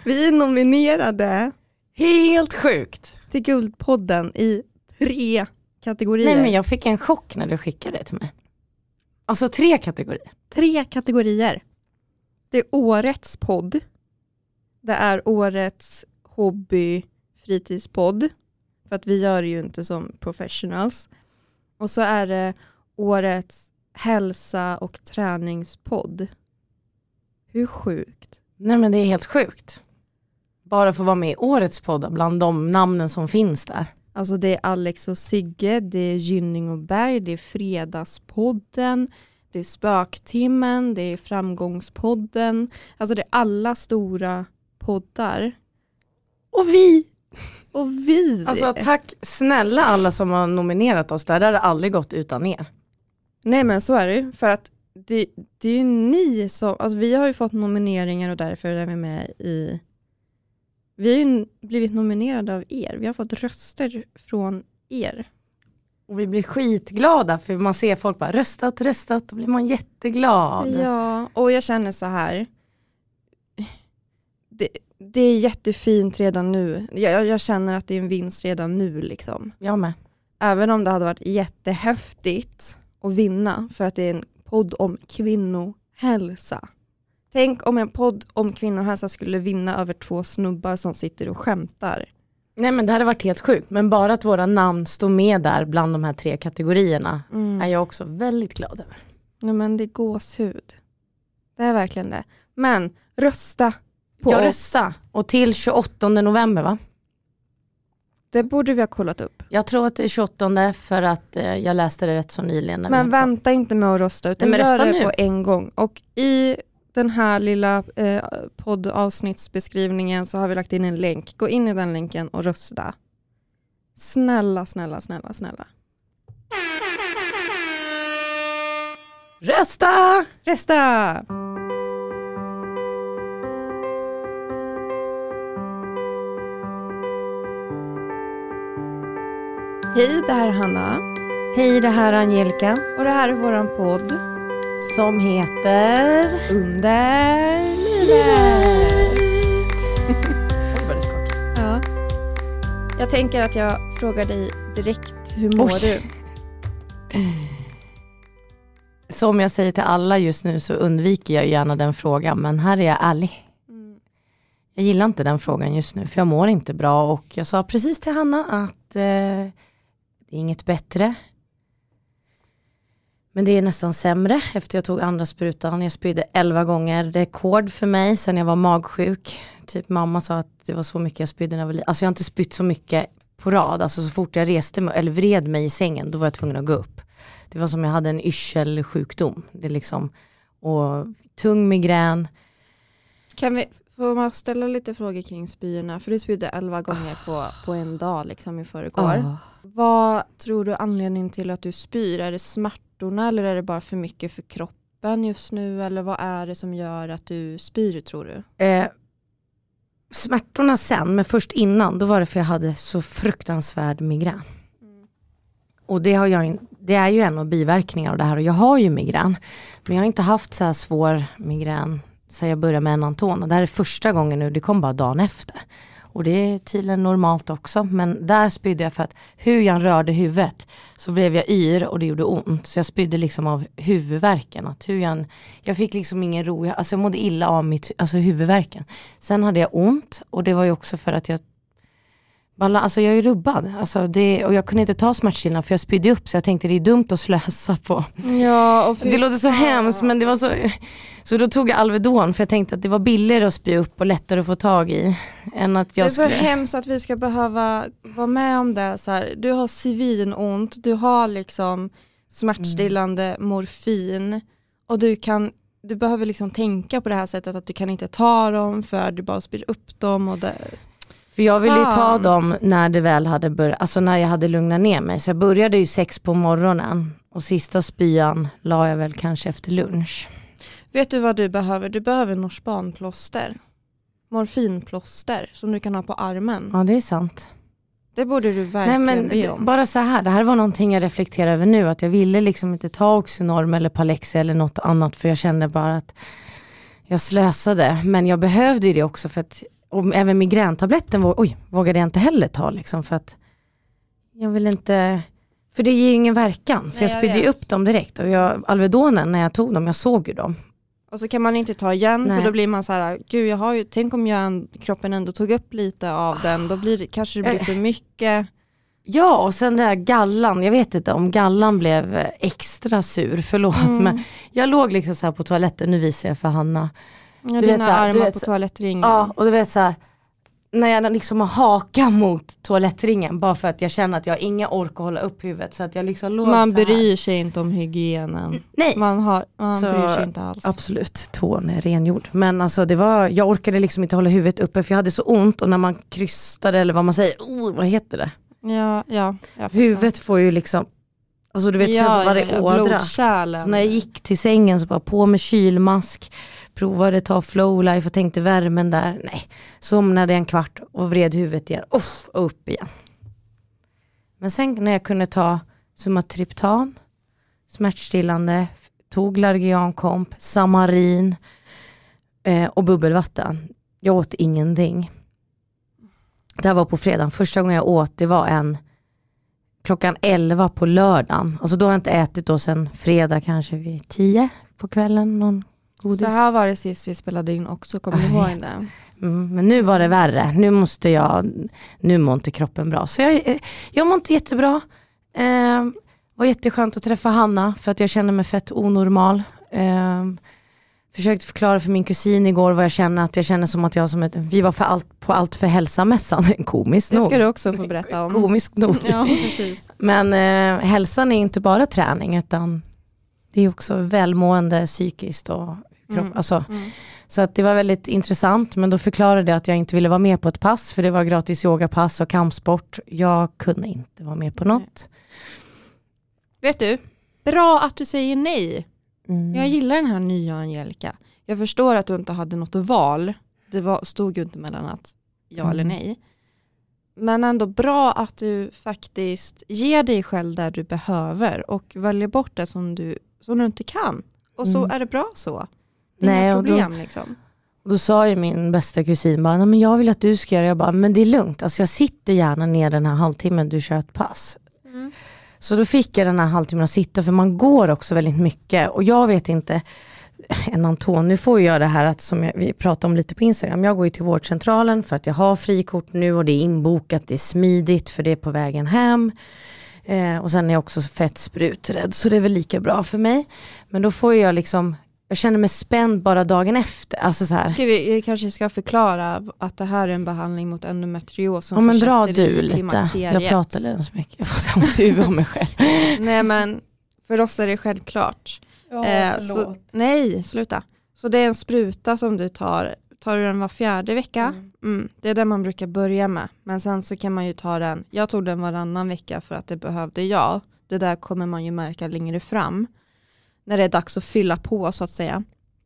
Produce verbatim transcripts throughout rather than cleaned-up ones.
Vi är nominerade. Helt sjukt. Till Guldpodden i tre kategorier. Nej, men jag fick en chock när du skickade det till mig. Alltså tre kategorier. Tre kategorier. Det är årets podd. Det är årets hobby fritidspodd. För att vi gör ju inte som professionals. Och så är det årets hälsa- och träningspodd. Hur sjukt? Nej, men det är helt sjukt. Bara för att vara med i årets podd bland de namnen som finns där. Alltså det är Alex och Sigge, det är Gynning och Berg, det är Fredagspodden, det är Spöktimmen, det är Framgångspodden. Alltså det är alla stora poddar. Och vi! Och vi! Alltså tack snälla alla som har nominerat oss. Där har det aldrig gått utan er. Nej, men så är det ju. För att det, det är ni som... Alltså vi har ju fått nomineringar och därför är vi med i... Vi har ju blivit nominerade av er. Vi har fått röster från er. Och vi blir skitglada för man ser folk bara röstat, röstat. Då blir man jätteglad. Ja, och jag känner så här. Det, det är jättefint redan nu. Jag, jag känner att det är en vinst redan nu liksom. Jag med. Även om det hade varit jättehäftigt att vinna för att det är en podd om kvinnohälsa. Tänk om en podd om kvinnohälsa skulle vinna över två snubbar som sitter och skämtar. Nej, men det hade varit helt sjukt. Men bara att våra namn står med där bland de här tre kategorierna mm. är jag också väldigt glad över. Nej, men det är gåshud. Det är verkligen det. Men rösta på jag oss. Rösta. Och till tjugoåttonde november, va? Det borde vi ha kollat upp. Jag tror att det är tjugoåttonde för att eh, jag läste det rätt så nyligen. När men vänta inte med att rösta utan Nej, gör rösta det nu. på en gång. Och i den här lilla eh, poddavsnittsbeskrivningen så har vi lagt in en länk. Gå in i den länken och rösta. Snälla, snälla, snälla, snälla. Rösta! Rösta! Hej, det här är Hanna. Hej, det här är Angelica. Och det här är våran podd. Som heter... Under livet. Oj, vad det skakar. Ja. Jag tänker att jag frågar dig direkt, hur mår Oj. du? Som jag säger till alla just nu så undviker jag gärna den frågan. Men här är jag ärlig. Mm. Jag gillar inte den frågan just nu för jag mår inte bra. Och jag sa precis till Hanna att eh, det är inget bättre. Men det är nästan sämre efter jag tog andra sprutan. Jag spydde elva gånger. Det är rekord för mig sen jag var magsjuk. Typ mamma sa att det var så mycket jag spydde när jag var liten. Alltså jag har inte spytt så mycket på rad. Alltså så fort jag reste mig eller vred mig i sängen då var jag tvungen att gå upp. Det var som jag hade en yrselsjukdom. Det är liksom, och tung migrän. Kan vi få man ställa lite frågor kring spyorna? För du spydde elva gånger på, på en dag liksom i förrgår. Oh. Vad tror du anledningen till att du spyr? Är det smärtorna eller är det bara för mycket för kroppen just nu? Eller vad är det som gör att du spyr, tror du? Eh, smärtorna sen, men först innan, då var det för jag hade så fruktansvärd migrän. Mm. Och det, har jag, det är ju en av biverkningar av det här. Och jag har ju migrän. Men jag har inte haft så här svår migrän så jag började med en Anton. Och det här är första gången nu, det kom bara dagen efter. Och det är tydligen normalt också. Men där spydde jag för att hur jag rörde huvudet så blev jag yr och det gjorde ont. Så jag spydde liksom av huvudvärken. Att hur jag, jag fick liksom ingen ro. Alltså jag mådde illa av mitt, alltså huvudvärken. Sen hade jag ont och det var ju också för att jag Alltså jag är rubbad. Alltså det, och jag kunde inte ta smärtstillande för jag spydde upp. Så jag tänkte det är dumt att slösa på. Ja, och det låter så hemskt men det var så. Så då tog jag Alvedon för jag tänkte att det var billigare att spy upp och lättare att få tag i. Än att jag det är så skulle... hemskt att vi ska behöva vara med om det. Så här, du har svinont, du har liksom smärtstillande mm. morfin. Och du kan... Du behöver liksom tänka på det här sättet att du kan inte ta dem för du bara spyr upp dem och det... För jag ville ju ta dem när det väl hade börjat, alltså när jag hade lugnat ner mig. Så jag började ju sex på morgonen och sista spyan la jag väl kanske efter lunch. Vet du vad du behöver? Du behöver Norsbanplåster. Morfinplåster som du kan ha på armen. Ja, det är sant. Det borde du verkligen Nej, men be om. Bara så här, det här var någonting jag reflekterar över nu. Att jag ville liksom inte ta Oxynorm eller Palexia eller något annat. För jag kände bara att jag slösade. Men jag behövde ju det också för att Och även migräntabletten våg, oj, vågade jag inte heller ta liksom, för att jag vill inte, för det ger ju ingen verkan. För Nej, jag spydde ju upp dem direkt. Och jag, Alvedonen, när jag tog dem, jag såg ju dem. Och så kan man inte ta igen. Nej. För då blir man så här, gud jag har ju, tänk om jag, kroppen ändå tog upp lite av oh. den. Då blir det, kanske det blir för mycket. Ja, och sen den där gallan. Jag vet inte om gallan blev extra sur. Förlåt, mm. men jag låg liksom så här på toaletten. Nu visar jag för Hanna. Ja, du dina vet, så här, armar du vet, på toalettringen. Ja, och du vet så här. När jag liksom har haka mot toalettringen. Bara för att jag känner att jag har inga ork att hålla upp huvudet. Så att jag liksom låg man så här. Bryr sig inte om hygienen. Nej. Man, har, man så, bryr sig inte alls. Absolut, tån är rengjord. Men alltså det var, jag orkade liksom inte hålla huvudet uppe. För jag hade så ont. Och när man krystade eller vad man säger. Oh, vad heter det? Ja, ja. Huvudet får ju liksom. Alltså du vet ja, så var det ja, ådra. Blodkärlen. Så när jag gick till sängen så bara på med kylmask. Provade ta Flowlife och tänkte värmen där. Nej, somnade en kvart och vred huvudet igen. Uff, och upp igen. Men sen när jag kunde ta Sumatriptan, smärtstillande, tog Largiankomp, Samarin eh, och bubbelvatten. Jag åt ingenting. Det här var på fredagen. Första gången jag åt det var en klockan elva på lördagen. Alltså då har jag inte ätit då sen fredag kanske vid tio på kvällen. Någon godis. Så här var det sist vi spelade in också, kommer du ihåg det? Mm, men nu var det värre. Nu måste jag, nu mår inte kroppen bra. Så jag, jag mår inte jättebra. Eh, var jätteskönt att träffa Hanna för att jag känner mig fett onormal. Eh, försökte förklara för min kusin igår vad jag känner, att jag känner som att jag som ett, vi var för allt, på allt för hälsamässan. Komiskt nog. Det ska du också få berätta om. Komiskt nog. Ja, precis. Men eh, hälsan är inte bara träning utan det är också välmående psykiskt och kropp. Mm. Alltså, mm. Så att det var väldigt intressant, men då förklarade jag att jag inte ville vara med på ett pass för det var gratis yogapass och kampsport. Jag kunde inte vara med på något. Vet du, bra att du säger nej. Mm. Jag gillar den här nya Angelica. Jag förstår att du inte hade något val. Det var, stod ju inte mellan att ja mm. eller nej. Men ändå bra att du faktiskt ger dig själv där du behöver och väljer bort det som du, som du inte kan. Och så mm. är det bra så. Det är Nej, inga problem och då, liksom. Och då sa ju min bästa kusin bara, nej men jag vill att du ska göra det. Jag bara, men det är lugnt. Alltså jag sitter gärna ner den här halvtimmen du kör ett pass. Mm. Så då fick jag den här halvtimmen att sitta, för man går också väldigt mycket. Och jag vet inte, en Anton, nu får jag det här att, som jag, vi pratade om lite på Instagram. Jag går ju till vårdcentralen för att jag har frikort nu och det är inbokat, det är smidigt för det är på vägen hem. Eh, och sen är jag också fett spruträdd så det är väl lika bra för mig. Men då får jag liksom, jag känner mig spänd bara dagen efter. Alltså så här. Ska vi, vi kanske ska förklara att det här är en behandling mot endometrios som ja, men dra fortsätter du i lite. klimakteriet. Jag pratar lite så mycket. Jag får samma huvud om mig själv. Nej men för oss är det självklart. Ja, eh, så, nej, sluta. Så det är en spruta som du tar. Tar du den var fjärde vecka? Mm. Mm, det är det man brukar börja med. Men sen så kan man ju ta den. Jag tog den varannan vecka för att det behövde jag. Det där kommer man ju märka längre fram. När det är dags att fylla på så att säga.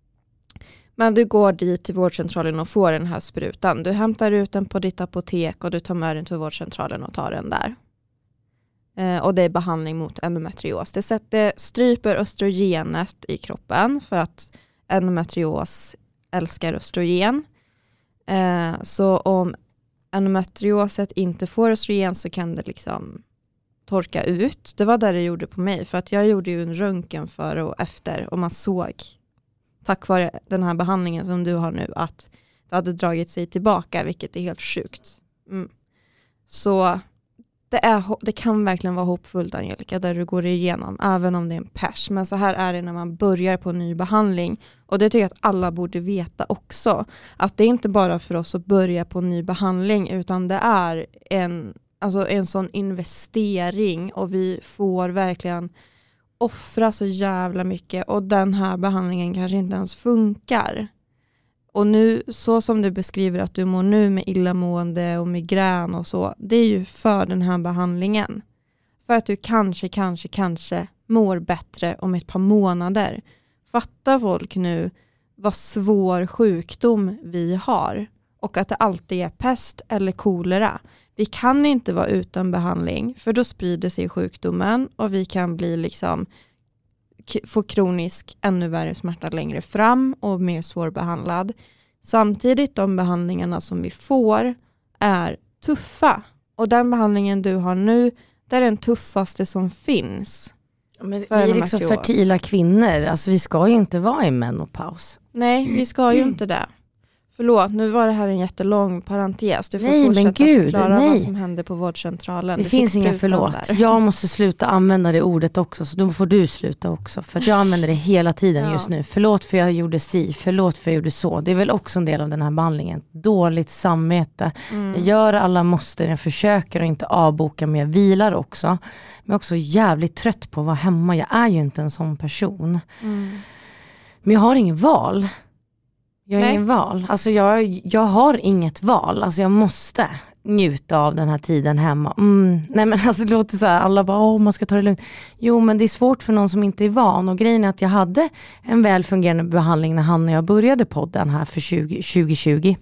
Men du går dit till vårdcentralen och får den här sprutan. Du hämtar ut den på ditt apotek och du tar med den till vårdcentralen och tar den där. Eh, och det är behandling mot endometrios. Det sätter, stryper östrogenet i kroppen för att endometrios älskar östrogen. Eh, så om endometrioset inte får östrogen så kan det liksom torka ut. Det var där det gjorde på mig. För att jag gjorde ju en röntgen före och efter. Och man såg, tack vare den här behandlingen som du har nu, att det hade dragit sig tillbaka. Vilket är helt sjukt. Mm. Så det, är, det kan verkligen vara hoppfullt, Angelica, där du går igenom. Även om det är en pers. Men så här är det när man börjar på en ny behandling. Och det tycker jag att alla borde veta också. Att det är inte bara för oss att börja på en ny behandling. Utan det är en... Alltså en sån investering och vi får verkligen offra så jävla mycket och den här behandlingen kanske inte ens funkar. Och nu, så som du beskriver att du mår nu med illamående och migrän och så, det är ju för den här behandlingen. För att du kanske, kanske, kanske mår bättre om ett par månader. Fattar folk nu vad svår sjukdom vi har och att det alltid är pest eller kolera. Vi kan inte vara utan behandling för då sprider sig sjukdomen och vi kan bli liksom få kronisk ännu värre smärta längre fram och mer svårbehandlad. Samtidigt de behandlingarna som vi får är tuffa. Och den behandlingen du har nu, det är den tuffaste som finns. Men vi är liksom fertila kvinnor. Alltså vi ska ju inte vara i menopaus. Nej, vi ska ju inte det. Förlåt, nu var det här en jättelång parentes. Du får nej, fortsätta men Gud, förklara nej. vad som hände på vårdcentralen. Det du finns inga förlåt. Där. Jag måste sluta använda det ordet också. Så då får du sluta också. För att jag använder det hela tiden ja. just nu. Förlåt för jag gjorde si. Förlåt för jag gjorde så. Det är väl också en del av den här behandlingen. Dåligt samvete. Mm. Jag gör alla måste. Jag försöker att inte avboka. Men jag vilar också. Men jag är också jävligt trött på att vara hemma. Jag är ju inte en sån person. Mm. Men jag har ingen val. Jag har Nej. ingen val. Alltså jag, jag har inget val. Alltså jag måste njuta av den här tiden hemma. Mm. Nej men alltså det låter så här. Alla bara, åh man ska ta det lugnt. Jo men det är svårt för någon som inte är van. Och grejen är att jag hade en väl fungerande behandling när han och jag började podden här för tjugo tjugo.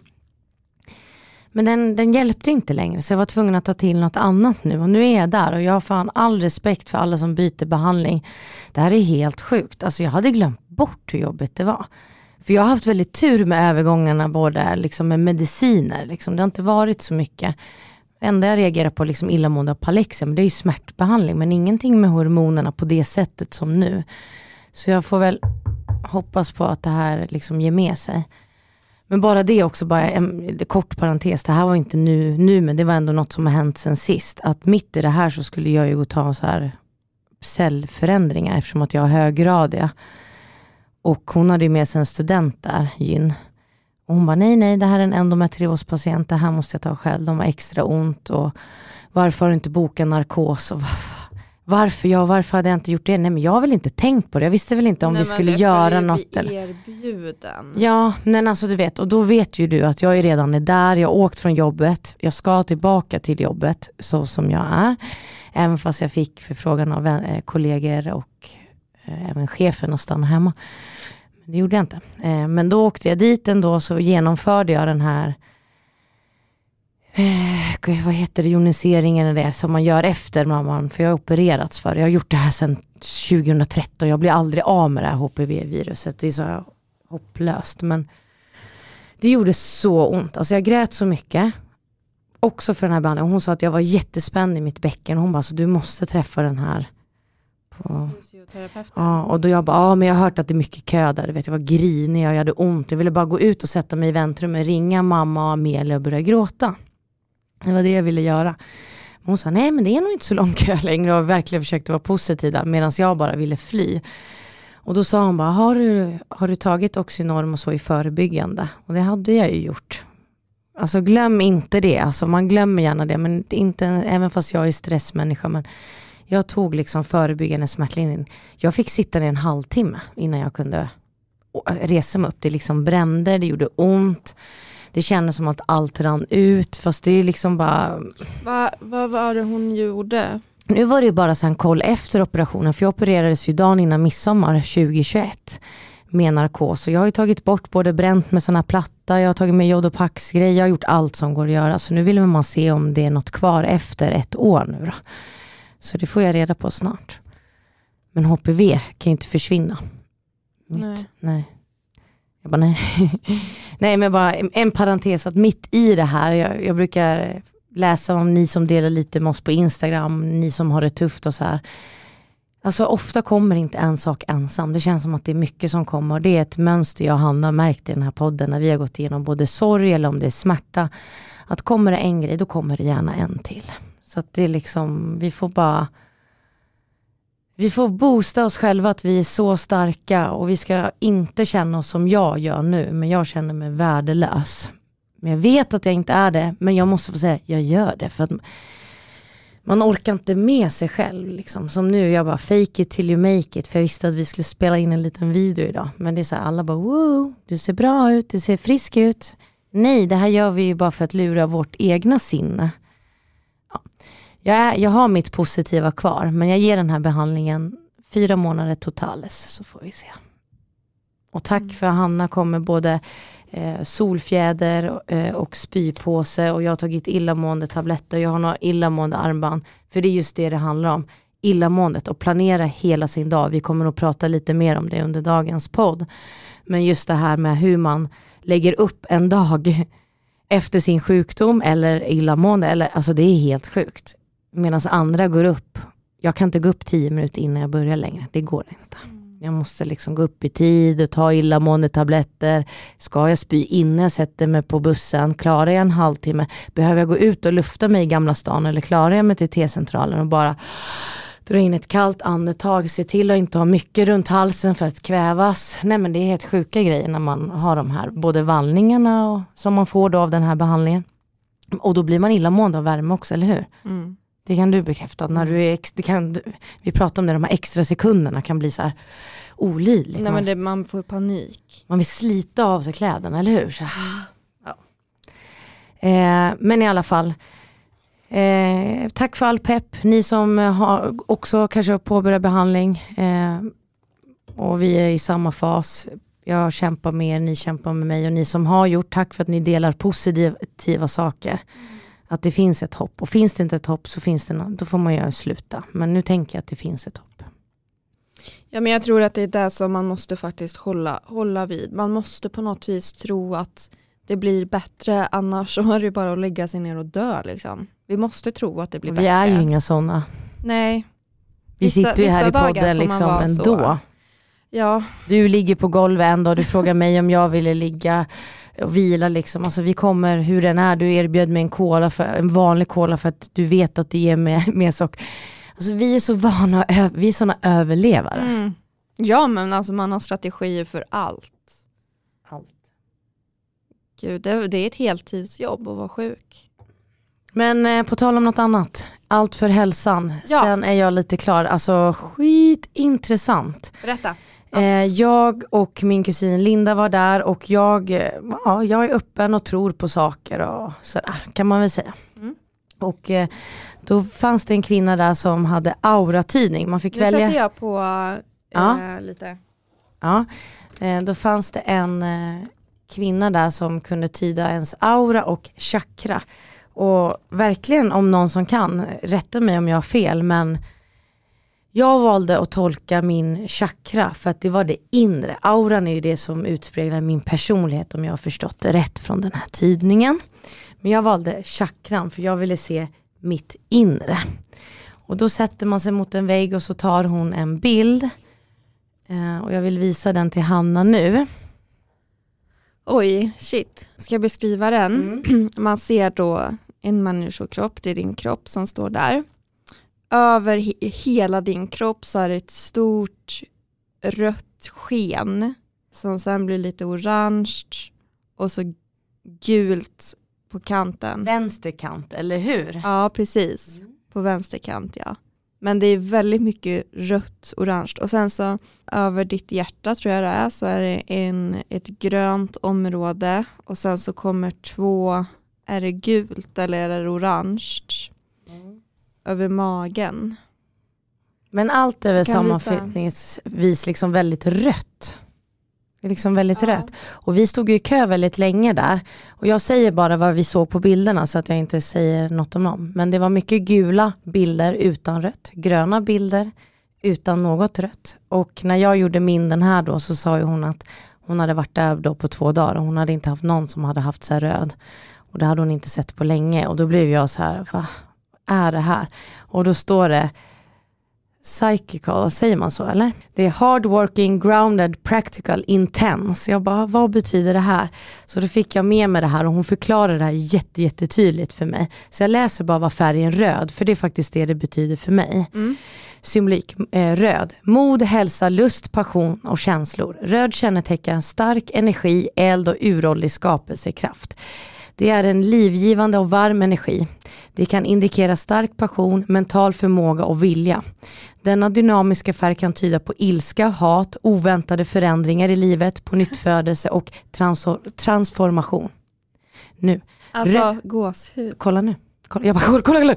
Men den, den hjälpte inte längre. Så jag var tvungen att ta till något annat nu. Och nu är jag där. Och jag har fan all respekt för alla som byter behandling. Det här är helt sjukt. Alltså jag hade glömt bort hur jobbigt det var. För jag har haft väldigt tur med övergångarna både liksom med mediciner. Liksom. Det har inte varit så mycket. Det enda jag reagerar på liksom illamående av Palexia. Men det är ju smärtbehandling. Men ingenting med hormonerna på det sättet som nu. Så jag får väl hoppas på att det här liksom ger med sig. Men bara det också, bara en kort parentes. Det här var inte nu, nu men det var ändå något som har hänt sen sist. Att mitt i det här så skulle jag ju ta så här cellförändringar eftersom att jag har höggradiga. Och hon hade ju med sig en student där, Gyn. Och hon bara, nej, nej, det här är en endometriospatient. Det här måste jag ta själv. De har extra ont. Och varför har du inte bokat narkos? Och varför, varför, ja, varför hade jag inte gjort det? Nej, men jag har väl inte tänkt på det. Jag visste väl inte om nej, vi skulle göra något. Eller erbjuden. Ja, men alltså du vet. Och då vet ju du att jag är redan är där. Jag har åkt från jobbet. Jag ska tillbaka till jobbet så som jag är. Även fast jag fick förfrågan av äh, kollegor och även chefen att stanna hemma. Men det gjorde jag inte. Eh, men då åkte jag dit ändå så genomförde jag den här eh, vad heter det, ioniseringen det som man gör efter man, för jag har opererats för. Jag har gjort det här sedan tjugohundratretton. Jag blir aldrig av med det här H P V-viruset. Det är så hopplöst. Men det gjorde så ont. Alltså jag grät så mycket. Också för den här behandlingen. Hon sa att jag var jättespänd i mitt bäcken. Hon bara, så du måste träffa den här på... Ja, och då jag bara, ja men jag har hört att det är mycket kö där, vet, jag var grinig och jag hade ont, jag ville bara gå ut och sätta mig i väntrummet, ringa mamma och Amelia och börja gråta. Det var det jag ville göra. Men hon sa, nej men det är nog inte så lång kö längre och verkligen försökte vara positiv där, medan jag bara ville fly. Och då sa hon bara, har du, har du tagit Oxynorm och så i förebyggande? Och det hade jag ju gjort. Alltså glöm inte det, alltså man glömmer gärna det, men inte, även fast jag är stressmänniska, men jag tog liksom förebyggande smärtlindring. Jag fick sitta ner en halvtimme innan jag kunde resa mig upp. Det liksom brände, det gjorde ont. Det kändes som att allt rann ut. Fast det är liksom bara... Va, vad var det hon gjorde? Nu var det ju bara så en koll efter operationen. För jag opererades ju dagen innan midsommar tjugohundratjugoett med narkos. Och jag har ju tagit bort både bränt med såna platta. Jag har tagit med Jodopax-grej. Jag har gjort allt som går att göra. Så nu vill man se om det är något kvar efter ett år nu då. Så det får jag reda på snart. Men H P V kan ju inte försvinna. Mitt, nej. nej. Jag bara nej. nej men bara en, en parentes att mitt i det här. Jag, jag brukar läsa om ni som delar lite med oss på Instagram. Ni som har det tufft och så här. Alltså ofta kommer inte en sak ensam. Det känns som att det är mycket som kommer. Och det är ett mönster jag och Hanna har märkt i den här podden. När vi har gått igenom både sorg eller om det är smärta. Att kommer det en grej, då kommer det gärna en till. Så att det är liksom, vi får bara, vi får boosta oss själva att vi är så starka och vi ska inte känna oss som jag gör nu, men jag känner mig värdelös. Men jag vet att jag inte är det, men jag måste få säga, jag gör det för att man orkar inte med sig själv liksom. Som nu, jag bara fake it till you make it, för jag visste att vi skulle spela in en liten video idag, men det är så här, alla bara, wow, du ser bra ut, du ser frisk ut. Nej, det här gör vi ju bara för att lura vårt egna sinne. Ja. Jag, är, jag har mitt positiva kvar, men jag ger den här behandlingen fyra månader totales, så får vi se. Och tack mm. för att Hanna kom med både eh, solfjäder eh, och spypåse, och jag har tagit illamående tabletter. Jag har några illamående armband, för det är just det det handlar om. Illamåendet och planera hela sin dag. Vi kommer att prata lite mer om det under dagens podd. Men just det här med hur man lägger upp en dag efter sin sjukdom eller illamående. Eller, alltså det är helt sjukt. Medan andra går upp. Jag kan inte gå upp tio minuter innan jag börjar längre. Det går inte. Jag måste liksom gå upp i tid och ta illamående tabletter. Ska jag spy innan jag sätter mig på bussen? Klarar jag en halvtimme? Behöver jag gå ut och lufta mig i Gamla stan? Eller klarar jag mig till T-centralen och bara dra in ett kallt andetag? Se till att inte ha mycket runt halsen för att kvävas. Nej, men det är helt sjuka grejer när man har de här både vallningarna och, som man får då av den här behandlingen. Och då blir man illamående av värme också, eller hur? Mm. Det kan du bekräfta. När du är ex, det kan, vi pratar om det, de här extra sekunderna kan bli så här olidligt. Nej, men det, man får panik. Man vill slita av sig kläderna, eller hur? Så, ja. eh, men i alla fall, eh, tack för all pepp. Ni som har också kanske påbörjat behandling. Eh, och vi är i samma fas. Jag kämpar med er, ni kämpar med mig. Och ni som har gjort, tack för att ni delar positiva saker. Att det finns ett hopp. Och finns det inte ett hopp så finns det något, då får man ju sluta. Men nu tänker jag att det finns ett hopp. Ja, men jag tror att det är det som man måste faktiskt hålla, hålla vid. Man måste på något vis tro att det blir bättre. Annars så är det bara att lägga sig ner och dö. Liksom. Vi måste tro att det blir vi bättre. Vi är ju inga sådana. Nej. Vi vissa, sitter ju här i podden liksom ändå. Så. Ja. Du ligger på golvet en dag. Du frågar mig om jag ville ligga och vila liksom. Alltså vi kommer, hur den är, du erbjöd mig en cola för, en vanlig cola för att du vet att det ger mig mer socker. Alltså vi är så vana, vi är såna överlevare. Mm. Ja, men alltså man har strategier för allt. Allt. Gud, det, det är ett heltidsjobb att vara sjuk. Men eh, på tal om något annat, allt för hälsan. Ja. Sen är jag lite klar, alltså skitintressant. Berätta. Eh, jag och min kusin Linda var där och jag, ja, jag är öppen och tror på saker och sådär kan man väl säga. Mm. Och eh, då fanns det en kvinna där som hade auratydning. Man fick nu välja. Nu sätter jag på eh, ja. lite. Ja, eh, då fanns det en eh, kvinna där som kunde tyda ens aura och chakra. Och verkligen om någon som kan, rätta mig om jag har fel, men jag valde att tolka min chakra för att det var det inre. Auran är ju det som utspeglar min personlighet om jag har förstått det rätt från den här tydningen. Men jag valde chakran för jag ville se mitt inre. Och då sätter man sig mot en vägg och så tar hon en bild. Eh, och jag vill visa den till Hanna nu. Oj, shit. Ska jag beskriva den? Mm. Man ser då en människokropp, det är din kropp som står där. Över he- hela din kropp så är det ett stort rött sken som sen blir lite orange och så gult på kanten. Vänsterkant, eller hur? Ja, precis. Mm. På vänsterkant, ja. Men det är väldigt mycket rött, orange. Och sen så över ditt hjärta tror jag det är så är det en, ett grönt område. Och sen så kommer två, är det gult eller är det orange? Mm. Över magen. Men allt är väl sammanfattningsvis liksom väldigt rött. Det är liksom väldigt ja. rött. Och vi stod ju i kö väldigt länge där. Och jag säger bara vad vi såg på bilderna så att jag inte säger något om dem. Men det var mycket gula bilder utan rött. Gröna bilder utan något rött. Och när jag gjorde min den här då så sa ju hon att hon hade varit där då på två dagar. Och hon hade inte haft någon som hade haft så här röd. Och det hade hon inte sett på länge. Och då blev jag så här, vad är det här? Och då står det psychical, säger man så eller? Det är hardworking, grounded, practical, intense. Jag bara, vad betyder det här? Så då fick jag med mig det här och hon förklarar det här jätte, jättetydligt för mig. Så jag läser bara vad färgen röd, för det är faktiskt det det betyder för mig. Mm. Symbolik, eh, röd. Mod, hälsa, lust, passion och känslor. Röd kännetecken, stark energi, eld och uråldrig skapelsekraft. Det är en livgivande och varm energi. Det kan indikera stark passion, mental förmåga och vilja. Denna dynamiska färg kan tyda på ilska, hat, oväntade förändringar i livet, på nyttfödelse och trans- transformation. Nu. Alltså, Rö- gåshud. Kolla nu. Kolla, jag bara, kolla, kolla, kolla.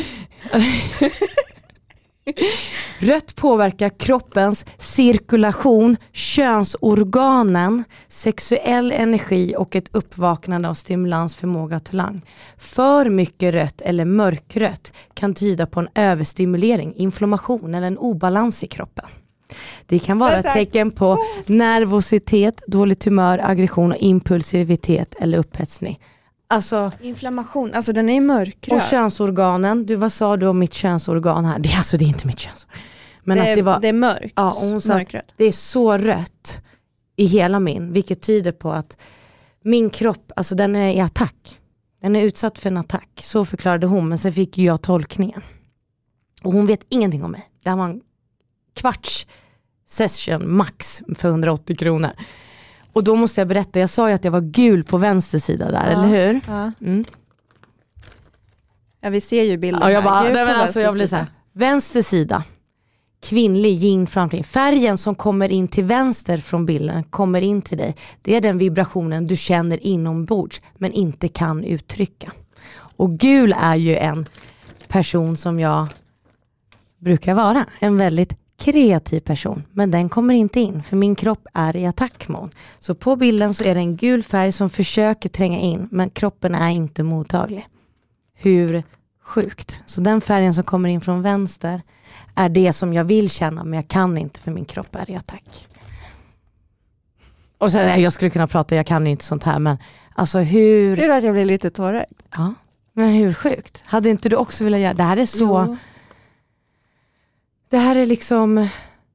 Rött påverkar kroppens cirkulation, könsorganen, sexuell energi och ett uppvaknande av stimulans, förmåga, talang. För mycket rött eller mörkrött kan tyda på en överstimulering, inflammation eller en obalans i kroppen. Det kan vara ett tecken på nervositet, dåligt humör, aggression och impulsivitet eller upphetsning. Alltså, inflammation, alltså den är mörkröd. Och könsorganen, du vad sa du om mitt könsorgan här? Det, alltså det är inte mitt könsorgan. Men det, att det, var, det är mörkt. Ja, och hon sa det är så rött i hela min, vilket tyder på att min kropp, alltså den är i attack. Den är utsatt för en attack, så förklarade hon, men sen fick jag tolkningen. Och hon vet ingenting om mig. Det här var en kvarts session max för hundraåttio kronor. Och då måste jag berätta, jag sa ju att jag var gul på vänster sida där, ja, eller hur? Ja. Mm. Ja, vi ser ju bilden. Ja, jag bara, nej, men alltså jag blir så här, vänster sida, kvinnlig yin framtid. Färgen som kommer in till vänster från bilden kommer in till dig. Det är den vibrationen du känner inombords men inte kan uttrycka. Och gul är ju en person som jag brukar vara. En väldigt kreativ person. Men den kommer inte in för min kropp är i attackmode. Så på bilden så är det en gul färg som försöker tränga in men kroppen är inte mottaglig. Hur sjukt. Så den färgen som kommer in från vänster är det som jag vill känna men jag kan inte för min kropp är i attack. Och så jag skulle kunna prata, jag kan ju inte sånt här men alltså hur... Ser du att jag blir lite tårögd? Ja, men hur sjukt. Hade inte du också velat göra, det här är så... Jo. Det här är liksom...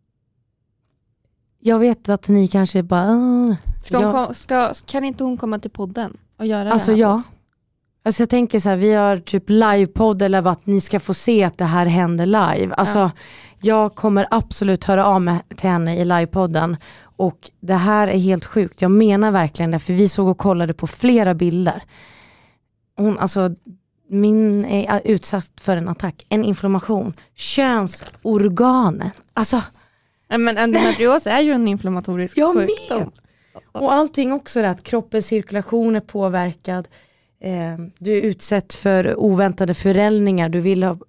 Jag vet att ni kanske bara... Uh, ska hon jag... kom, ska, kan inte hon komma till podden och göra alltså, det här? Alltså ja. Alltså jag tänker så här, vi har typ livepodd eller att ni ska få se att det här händer live. Alltså ja. Jag kommer absolut höra av mig till henne i livepodden. Och det här är helt sjukt. Jag menar verkligen det, för vi såg och kollade på flera bilder. Hon, alltså... Min är utsatt för en attack, en inflammation, könsorganen. Alltså, men endometrios är ju en inflammatorisk jag sjukdom. Med. Och allting också det att kroppens cirkulation är påverkad. Eh, du är utsatt för oväntade förändringar. Du vill ha...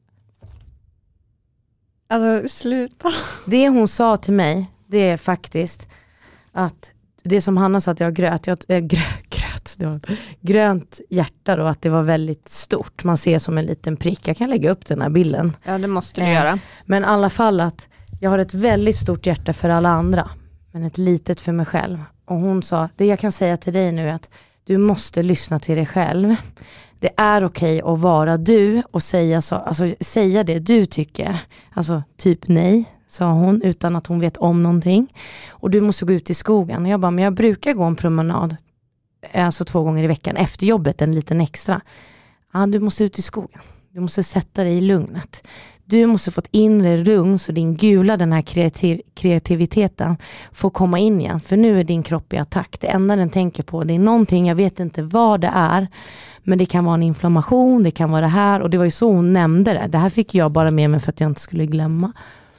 Alltså, sluta. Det hon sa till mig, det är faktiskt att det som Hanna sa att jag gröt, jag äh, grö, gröt, det var grönt hjärta då, att det var väldigt stort. Man ser som en liten prick. Jag kan lägga upp den här bilden. Ja, det måste du eh, göra. Men i alla fall att jag har ett väldigt stort hjärta för alla andra, men ett litet för mig själv. Och hon sa, det jag kan säga till dig nu är att du måste lyssna till dig själv. Det är okej att vara du och säga, så, alltså, säga det du tycker. Alltså typ nej, sa hon, utan att hon vet om någonting. Och du måste gå ut i skogen. Och jag bara, men jag brukar gå en promenad, alltså två gånger i veckan efter jobbet, en liten extra. Ja, du måste ut i skogen. Du måste sätta dig i lugnet. Du måste få ett inre lugn så din gula, den här kreativ, kreativiteten får komma in igen. För nu är din kropp i attack. Det enda den tänker på, det är någonting, jag vet inte vad det är. Men det kan vara en inflammation, det kan vara det här. Och det var ju så hon nämnde det. Det här fick jag bara med mig för att jag inte skulle glömma.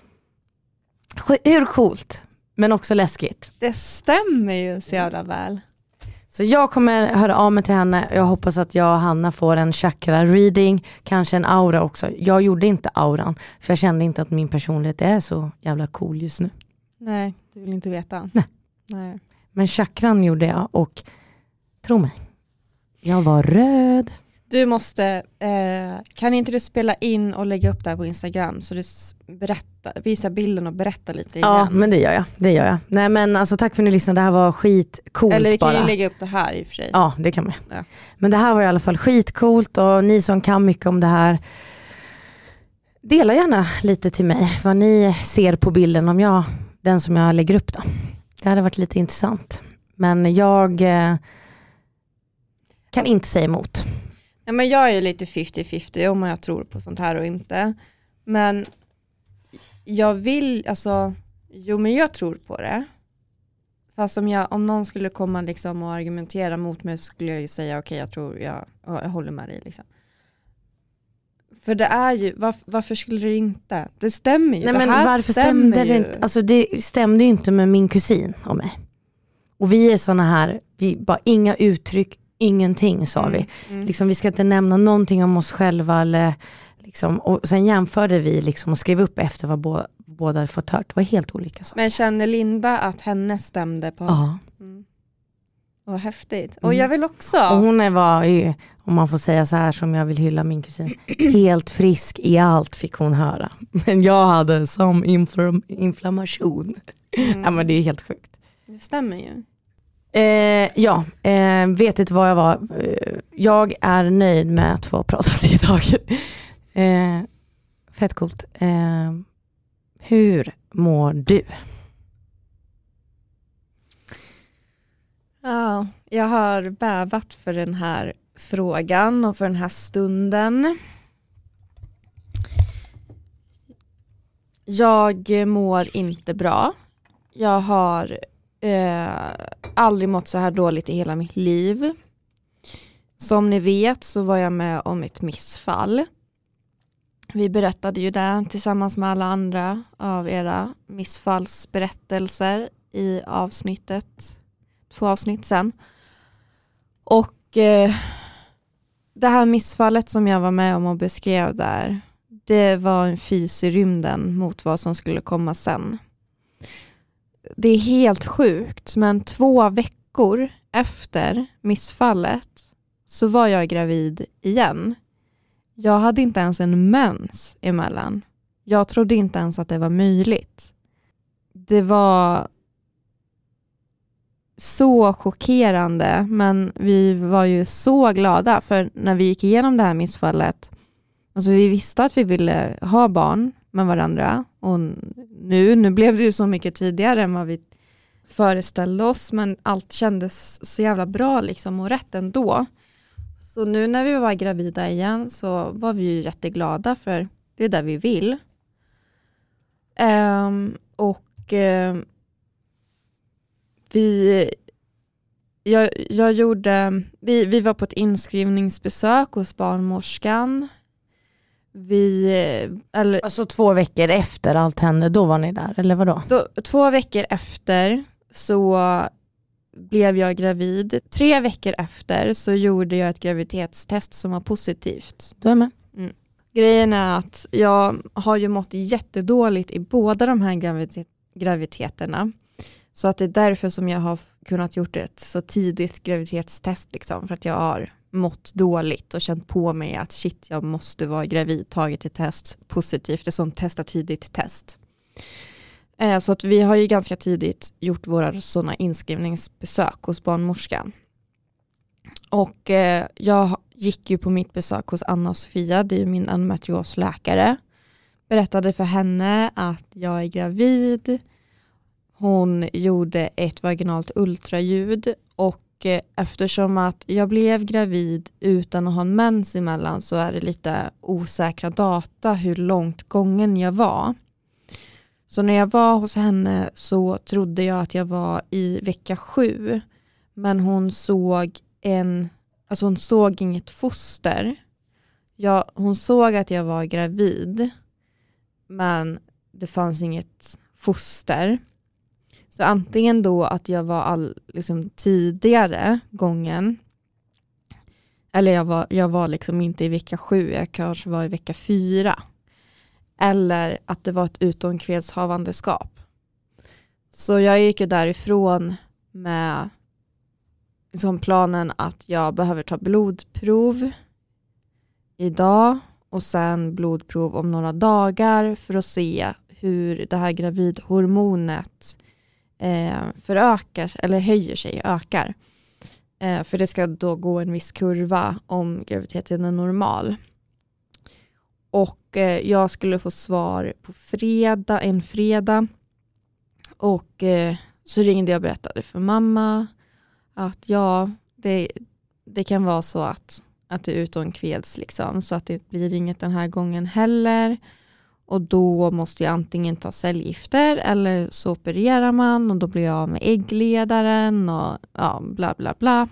Hur coolt, men också läskigt. Det stämmer ju så jävla väl. Så jag kommer höra av mig till henne. Jag hoppas att jag och Hanna får en chakra reading. Kanske en aura också. Jag gjorde inte auran. För jag kände inte att min personlighet är så jävla cool just nu. Nej, du vill inte veta. Nej. Nej. Men chakran gjorde jag. Och tro mig, jag var röd. Du måste, eh, kan inte du spela in och lägga upp det här på Instagram så du berätta, visa bilden och berätta lite igen? Ja, men det gör jag. Det gör jag. Nej, men alltså tack för att ni lyssnade. Det här var skitcoolt. Eller vi kan bara. ju lägga upp det här i och för sig. Ja, det kan man. Ja. Men det här var i alla fall skitcoolt och ni som kan mycket om det här, dela gärna lite till mig vad ni ser på bilden om jag, den som jag lägger upp då. Det hade varit lite intressant. Men jag eh, kan inte säga emot. Ja, men jag är lite femtio femtio om jag tror på sånt här och inte. Men jag vill, alltså, jo men jag tror på det. Fast om, jag, om någon skulle komma liksom och argumentera mot mig så skulle jag ju säga okej, okay, jag tror jag, jag håller med dig liksom. För det är ju, var, varför skulle det inte? Det stämmer ju. Nej, det men här varför stämmer stämde ju. det inte? Alltså det stämde ju inte med min kusin och mig. Och vi är såna här, vi bara inga uttryck, ingenting sa mm, vi. Mm. Liksom, vi ska inte nämna någonting om oss själva. Eller, liksom, och sen jämförde vi liksom, och skrev upp efter vad bo, båda hade fått hört. Det var helt olika saker. Men känner Linda att henne stämde på? Ja. Mm. Vad häftigt. Mm. Och jag vill också. Och hon var ju, om man får säga så här som jag vill hylla min kusin, helt frisk i allt fick hon höra. Men jag hade som infl- inflammation. Mm. Ja, men det är helt sjukt. Det stämmer ju. Eh, ja, eh, vet inte vad jag var. Eh, jag är nöjd med att få prata idag. eh, fett coolt. Eh, hur mår du? Ja, jag har bävat för den här frågan och för den här stunden. Jag mår inte bra. Jag har eh, aldrig mått så här dåligt i hela mitt liv. Som ni vet så var jag med om ett missfall. Vi berättade ju det tillsammans med alla andra av era missfallsberättelser i avsnittet. Två avsnitt sen. Och eh, det här missfallet som jag var med om och beskrev där, det var en fis i rymden mot vad som skulle komma sen. Det är helt sjukt, men två veckor efter missfallet så var jag gravid igen. Jag hade inte ens en mens emellan. Jag trodde inte ens att det var möjligt. Det var så chockerande, men vi var ju så glada för när vi gick igenom det här missfallet. Alltså vi visste att vi ville ha barn med varandra och nu, nu blev det ju så mycket tidigare än vad vi föreställde oss, men allt kändes så jävla bra liksom och rätt ändå. Så nu när vi var gravida igen så var vi ju jätteglada för det är där vi vill. Um, och um, vi jag, jag gjorde vi, vi var på ett inskrivningsbesök hos barnmorskan. Vi eller Alltså två veckor efter allt hände, då var ni där, eller vadå? Då, två veckor efter så blev jag gravid. Tre veckor efter så gjorde jag ett graviditetstest som var positivt. Du är med? Mm. Grejen är att jag har ju mått jättedåligt i båda de här graviditet- graviditeterna. Så att det är därför som jag har kunnat gjort ett så tidigt graviditetstest. Liksom, för att jag har mått dåligt och känt på mig att shit, jag måste vara gravid, tagit ett test positivt. Ett sånt testa tidigt test. Eh, så att vi har ju ganska tidigt gjort våra sådana inskrivningsbesök hos barnmorskan. Och eh, jag gick ju på mitt besök hos Anna och Sofia, det är ju min endometriosläkare. Berättade för henne att jag är gravid. Hon gjorde ett vaginalt ultraljud och eh, eftersom att jag blev gravid utan att ha en mens emellan så är det lite osäkra data hur långt gången jag var. Så när jag var hos henne så trodde jag att jag var i vecka sju. Men hon såg en, alltså hon såg inget foster. Jag, hon såg att jag var gravid. Men det fanns inget foster. Så antingen då att jag var all, liksom tidigare gången. Eller jag var, jag var liksom inte i vecka sju. Jag kanske var i vecka fyra. Eller att det var ett utomkvedshavandeskap. Så jag gick ju därifrån med liksom planen att jag behöver ta blodprov idag. Och sen blodprov om några dagar för att se hur det här gravidhormonet eh, förökar eller höjer sig, ökar. Eh, för det ska då gå en viss kurva om graviditeten är normal. Och eh, jag skulle få svar på fredag, en fredag. Och eh, så ringde jag och berättade för mamma att ja, det, det kan vara så att, att det är utomkveds liksom. Så att det blir inget den här gången heller. Och då måste jag antingen ta cellgifter eller så opererar man. Och då blir jag av med äggledaren och ja, bla bla bla.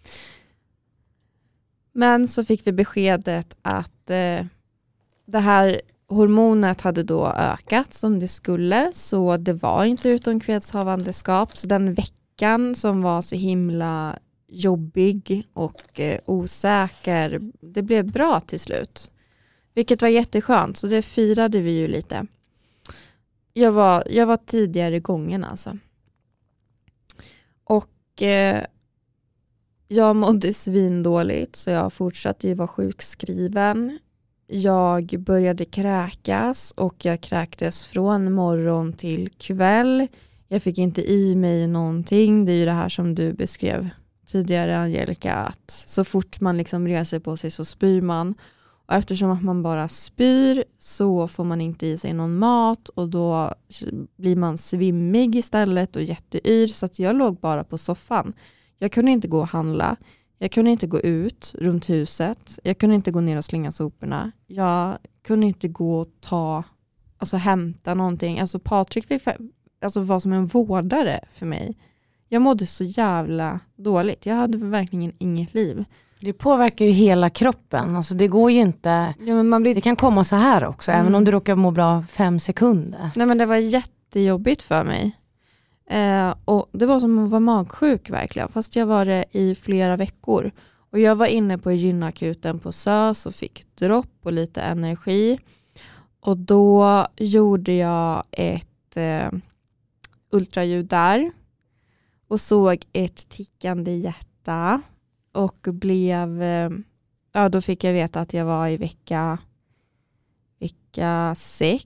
Men så fick vi beskedet att eh, det här hormonet hade då ökat som det skulle. Så det var inte utomkvedshavandeskap. Så den veckan som var så himla jobbig och eh, osäker, det blev bra till slut. Vilket var jätteskönt. Så det firade vi ju lite. Jag var, jag var tidigare gången alltså. Och eh, jag mådde svindåligt så jag fortsatte ju vara sjukskriven. Jag började kräkas och jag kräktes från morgon till kväll. Jag fick inte i mig någonting. Det är ju det här som du beskrev tidigare, Angelica, att så fort man liksom reser på sig så spyr man. Och eftersom att man bara spyr så får man inte i sig någon mat och då blir man svimmig istället och jätteyr. Så att jag låg bara på soffan. Jag kunde inte gå och handla. Jag kunde inte gå ut runt huset. Jag kunde inte gå ner och slänga soporna. Jag kunde inte gå och ta, alltså hämta någonting. Alltså Patrik alltså var som en vårdare för mig. Jag mådde så jävla dåligt. Jag hade verkligen inget liv. Det påverkar ju hela kroppen. Alltså det går ju inte. Ja, men man blir... Det kan komma så här också. Mm. Även om du råkar må bra fem sekunder. Nej, men det var jättejobbigt för mig. Eh, och det var som att vara magsjuk verkligen. Fast jag var det i flera veckor. Och jag var inne på gynakuten på S Ö S och fick dropp och lite energi. Och då gjorde jag ett eh, ultraljud där. Och såg ett tickande hjärta. Och blev, ja då fick jag veta att jag var i vecka, vecka sex.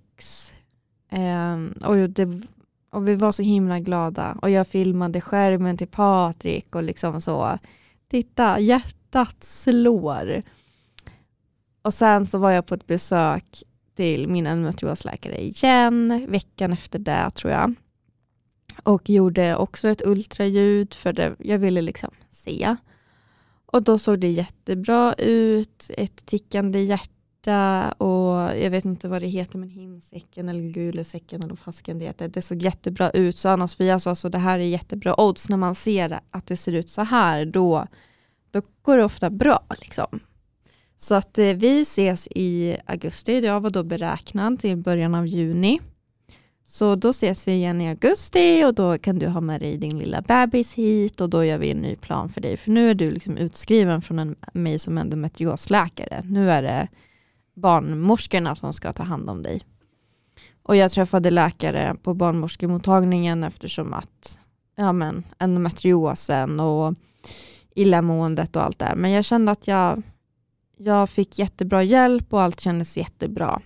Um, och, det, och vi var så himla glada. Och jag filmade skärmen till Patrik och liksom så. Titta, hjärtat slår. Och sen så var jag på ett besök till min endometriosläkare igen. Veckan efter det tror jag. Och gjorde också ett ultraljud för det, jag ville liksom se. Och då såg det jättebra ut. Ett tickande hjärta och jag vet inte vad det heter, men himsäcken eller gulesäcken eller vad fasken det heter. Det såg jättebra ut. Så Anna Sofia sa så det här är jättebra odds. När man ser att det ser ut så här då, då går det ofta bra liksom. Så att eh, vi ses i augusti. Jag var då beräknad till början av juni. Så då ses vi igen i augusti och då kan du ha med dig din lilla bebis hit och då gör vi en ny plan för dig. För nu är du liksom utskriven från en, mig som endometriosläkare. Nu är det barnmorskorna som ska ta hand om dig. Och jag träffade läkare på barnmorskemottagningen eftersom att ja men, endometriosen och illamåendet och allt där. Men jag kände att jag, jag fick jättebra hjälp och allt kändes jättebra.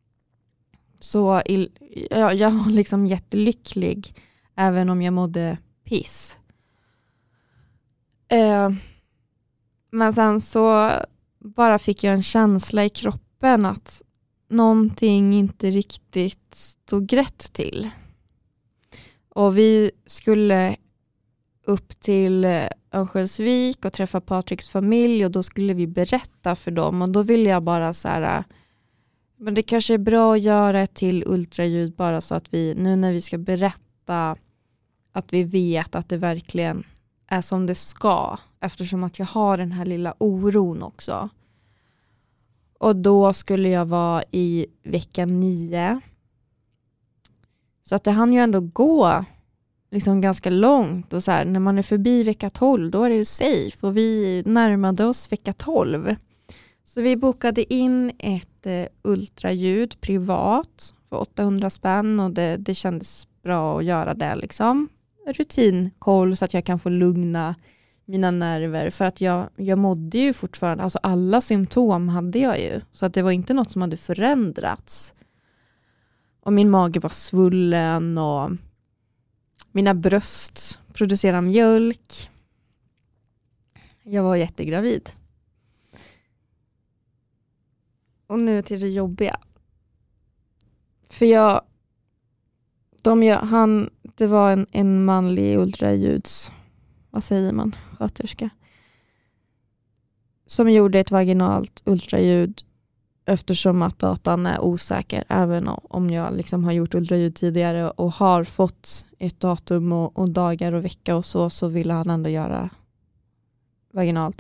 Så jag, jag var liksom jättelycklig även om jag mådde piss. Eh, men sen så bara fick jag en känsla i kroppen att någonting inte riktigt stod rätt till. Och vi skulle upp till Örnsköldsvik och träffa Patriks familj och då skulle vi berätta för dem och då ville jag bara så här. Men det kanske är bra att göra ett till ultraljud bara så att vi nu när vi ska berätta att vi vet att det verkligen är som det ska. Eftersom att jag har den här lilla oron också. Och då skulle jag vara i vecka nio. Så att det hann ju ändå gå liksom ganska långt. Och så här, när man är förbi vecka tolv då är det ju safe. Och vi närmade oss vecka tolv. Så vi bokade in ett eh, ultraljud privat för åttahundra spänn och det, det kändes bra att göra det liksom. Rutinkoll så att jag kan få lugna mina nerver för att jag, jag mådde ju fortfarande, alltså alla symptom hade jag ju. Så att det var inte något som hade förändrats. Och min mage var svullen och mina bröst producerade mjölk. Jag var jättegravid. Och nu till det jobbiga. För jag, de jag, han, det var en, en manlig ultraljuds, vad säger man, sköterska. Som gjorde ett vaginalt ultraljud eftersom att datan är osäker. Även om jag liksom har gjort ultraljud tidigare och har fått ett datum och, och dagar och vecka och så, så ville han ändå göra vaginalt.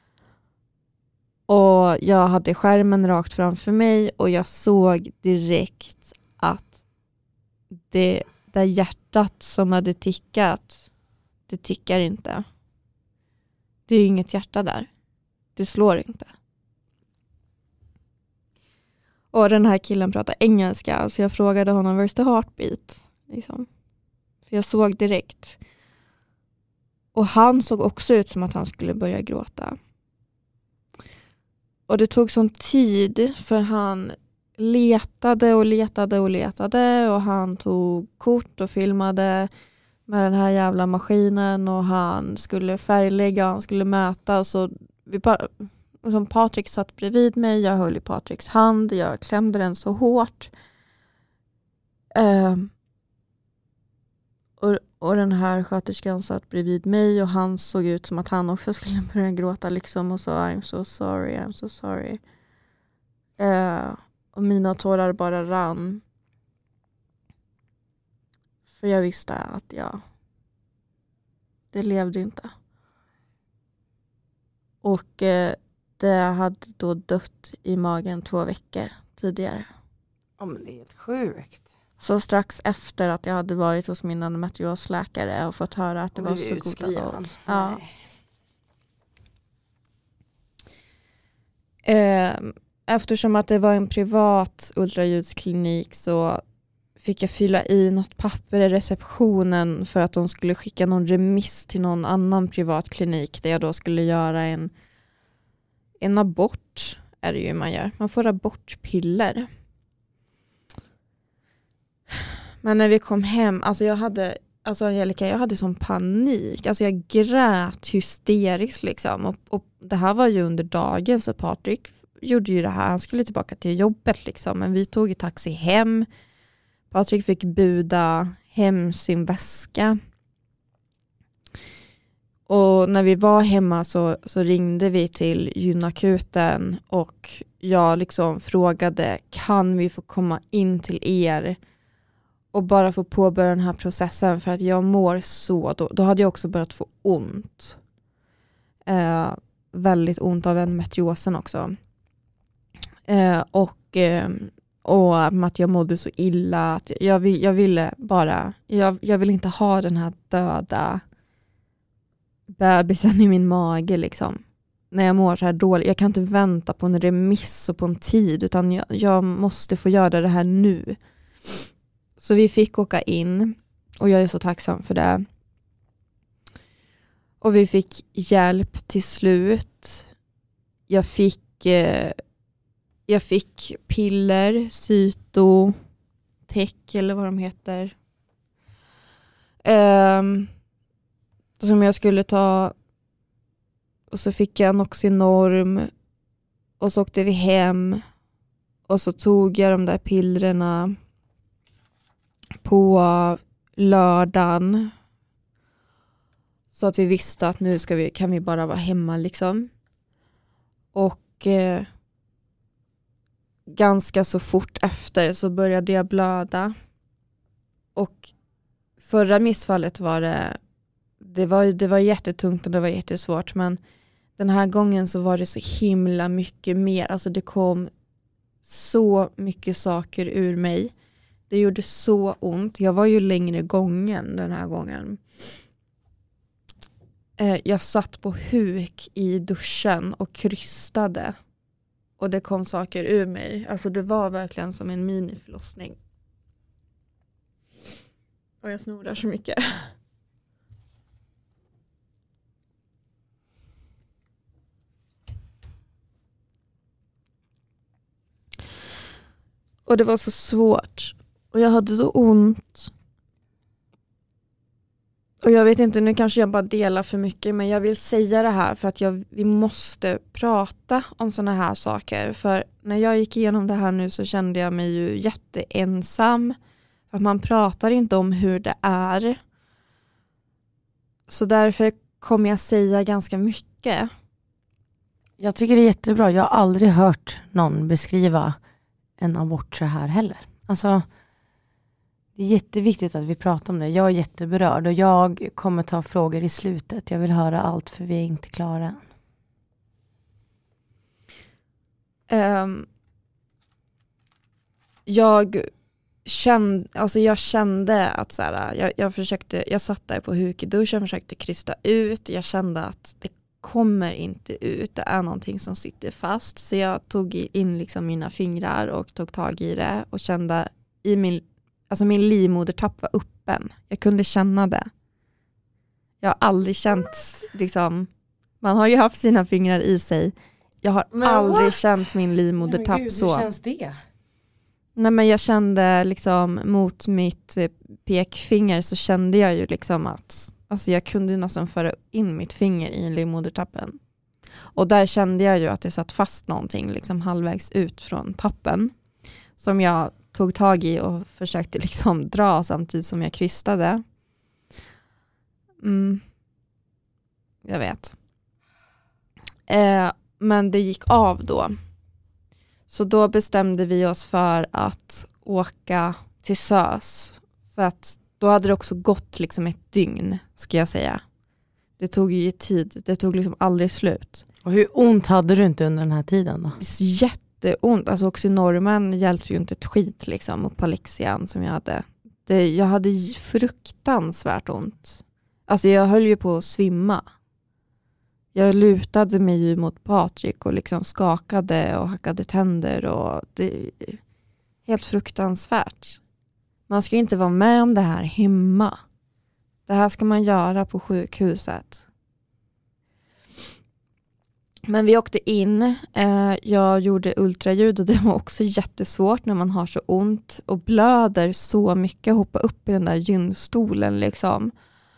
Och jag hade skärmen rakt framför mig och jag såg direkt att det där hjärtat som hade tickat, det tickar inte. Det är inget hjärta där. Det slår inte. Och den här killen pratar engelska så jag frågade honom where's the heartbeat? Liksom. För jag såg direkt. Och han såg också ut som att han skulle börja gråta. Och det tog sån tid för han letade och letade och letade. Och han tog kort och filmade med den här jävla maskinen. Och han skulle färglägga och han skulle mäta. Så vi bara, som Patrik satt bredvid mig. Jag höll i Patriks hand. Jag klämde den så hårt. Um, och, och den här sköterskan satt bredvid mig. Och han såg ut som att han också skulle börja gråta. Liksom, och sa I'm so sorry, I'm so sorry. Uh, och mina tårar bara rann. För jag visste att jag... Det levde inte. Och uh, det hade då dött i magen två veckor tidigare. Ja, men det är helt sjukt. Så strax efter att jag hade varit hos min endometriosläkare och fått höra att det var så goda odds. Ja. Eftersom att det var en privat ultraljudsklinik så fick jag fylla i något papper i receptionen för att de skulle skicka någon remiss till någon annan privat klinik där jag då skulle göra en, en abort. Är det ju man gör. Man får abortpiller. Men när vi kom hem, alltså jag hade, alltså Angelica, jag hade sån panik. Alltså jag grät hysteriskt liksom. Och, och det här var ju under dagen så Patrik gjorde ju det här. Han skulle tillbaka till jobbet liksom. Men vi tog ett taxi hem. Patrik fick buda hem sin väska. Och när vi var hemma så, så ringde vi till gynakuten. Och jag liksom frågade, kan vi få komma in till er? Och bara få påbörja den här processen för att jag mår så. Då, då hade jag också börjat få ont. Eh, väldigt ont av endometriosen också. Eh, och, eh, och att jag mådde så illa. Att jag, jag ville bara... Jag, jag vill inte ha den här döda bebisen i min mage liksom. När jag mår så här dåligt. Jag kan inte vänta på en remiss och på en tid. Utan jag, jag måste få göra det här nu. Så vi fick åka in och jag är så tacksam för det. Och vi fick hjälp till slut. Jag fick, eh, jag fick piller, Cyto, Tech eller vad de heter. Eh, som jag skulle ta. Och så fick jag en Oxynorm. Och så åkte vi hem. Och så tog jag de där pillerna på lördagen. Så att vi visste att nu ska vi, kan vi bara vara hemma liksom. Och eh, ganska så fort efter så började jag blöda. Och förra missfallet var det det var, det var jättetungt och det var jättesvårt. Men den här gången så var det så himla mycket mer. Alltså det kom så mycket saker ur mig. Det gjorde så ont. Jag var ju längre gången den här gången. Eh, jag satt på huk i duschen och krystade. Och det kom saker ur mig. Alltså det var verkligen som en miniförlossning. Och jag snorar så mycket. Och det var så svårt. Och jag hade så ont. Och jag vet inte, nu kanske jag bara delar för mycket. Men jag vill säga det här för att jag, vi måste prata om såna här saker. För när jag gick igenom det här nu så kände jag mig ju jätteensam. För att man pratar inte om hur det är. Så därför kommer jag säga ganska mycket. Jag tycker det är jättebra. Jag har aldrig hört någon beskriva en abort så här heller. Alltså, det är jätteviktigt att vi pratar om det. Jag är jätteberörd och jag kommer ta frågor i slutet. Jag vill höra allt för vi är inte klara än. Um, jag, kände, alltså jag kände att så här, jag, jag, försökte, jag satt där på huk i duschen, försökte krysta ut. Jag kände att det kommer inte ut. Det är någonting som sitter fast. Så jag tog in liksom mina fingrar och tog tag i det och kände i min, alltså min livmodertapp var öppen. Jag kunde känna det. Jag har aldrig känt, liksom, man har ju haft sina fingrar i sig. Jag har men aldrig what? känt min livmodertapp Gud, så. Hur känns det? Nej, men jag kände liksom mot mitt pekfinger så kände jag ju liksom att alltså jag kunde nästan föra in mitt finger i livmodertappen. Och där kände jag ju att det satt fast någonting liksom halvvägs ut från tappen. Som jag tog tag i och försökte liksom dra samtidigt som jag krystade. Mm. Jag vet. Eh, men det gick av då. Så då bestämde vi oss för att åka till SÖS. För att då hade det också gått liksom ett dygn, ska jag säga. Det tog ju tid. Det tog liksom aldrig slut. Och hur ont hade du inte under den här tiden då? Det är så jätteont. Alltså oxynormen hjälpte ju inte ett skit liksom. Och Palexian som jag hade. Det, jag hade fruktansvärt ont. Alltså jag höll ju på att svimma. Jag lutade mig ju mot Patrik och liksom skakade och hackade tänder. Och det är helt fruktansvärt. Man ska inte vara med om det här hemma. Det här ska man göra på sjukhuset. Men vi åkte in. Eh, jag gjorde ultraljud och det var också jättesvårt när man har så ont. Och blöder så mycket. Hoppa upp i den där gynstolen liksom.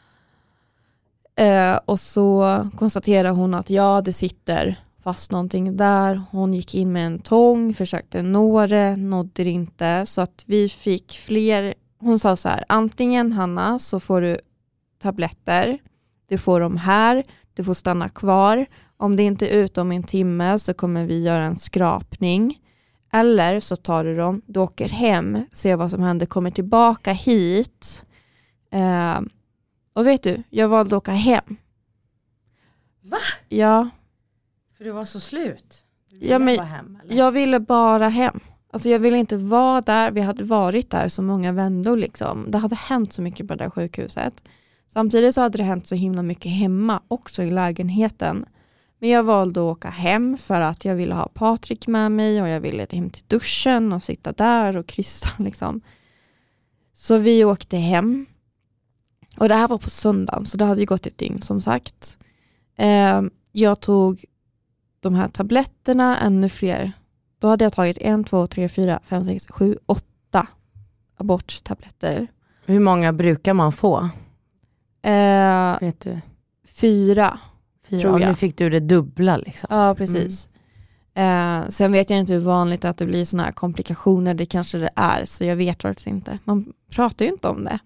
Eh, och så konstaterar hon att ja, det sitter fast någonting där. Hon gick in med en tång, försökte nå det, nådde det inte. Så att vi fick fler. Hon sa så här, antingen Hanna så får du tabletter. Du får dem här, du får stanna kvar. Om det inte är ut om en timme så kommer vi göra en skrapning. Eller så tar du dem, du åker hem, ser vad som händer, kommer tillbaka hit. Eh, och vet du, jag valde att åka hem. Va? Ja. För du var så slut? Du ville ja, men, bara hem, eller? Jag ville bara hem. Alltså jag ville inte vara där. Vi hade varit där så många vändor liksom. Det hade hänt så mycket på det där sjukhuset. Samtidigt så hade det hänt så himla mycket hemma också i lägenheten. Men jag valde att åka hem för att jag ville ha Patrik med mig. Och jag ville hem till duschen och sitta där och kryssa liksom. Så vi åkte hem. Och det här var på söndagen så det hade ju gått ett dygn som sagt. Eh, jag tog de här tabletterna, ännu fler. Då hade jag tagit en, två, tre, fyra, fem, sex, sju, åtta aborttabletter. Hur många brukar man få? Eh, Vet du? Fyra, fyra. tror jag. Nu fick du det dubbla liksom. Ja, precis. Mm. Eh, sen vet jag inte hur vanligt att det blir såna här komplikationer. Det kanske det är, så jag vet faktiskt inte. Man pratar ju inte om det.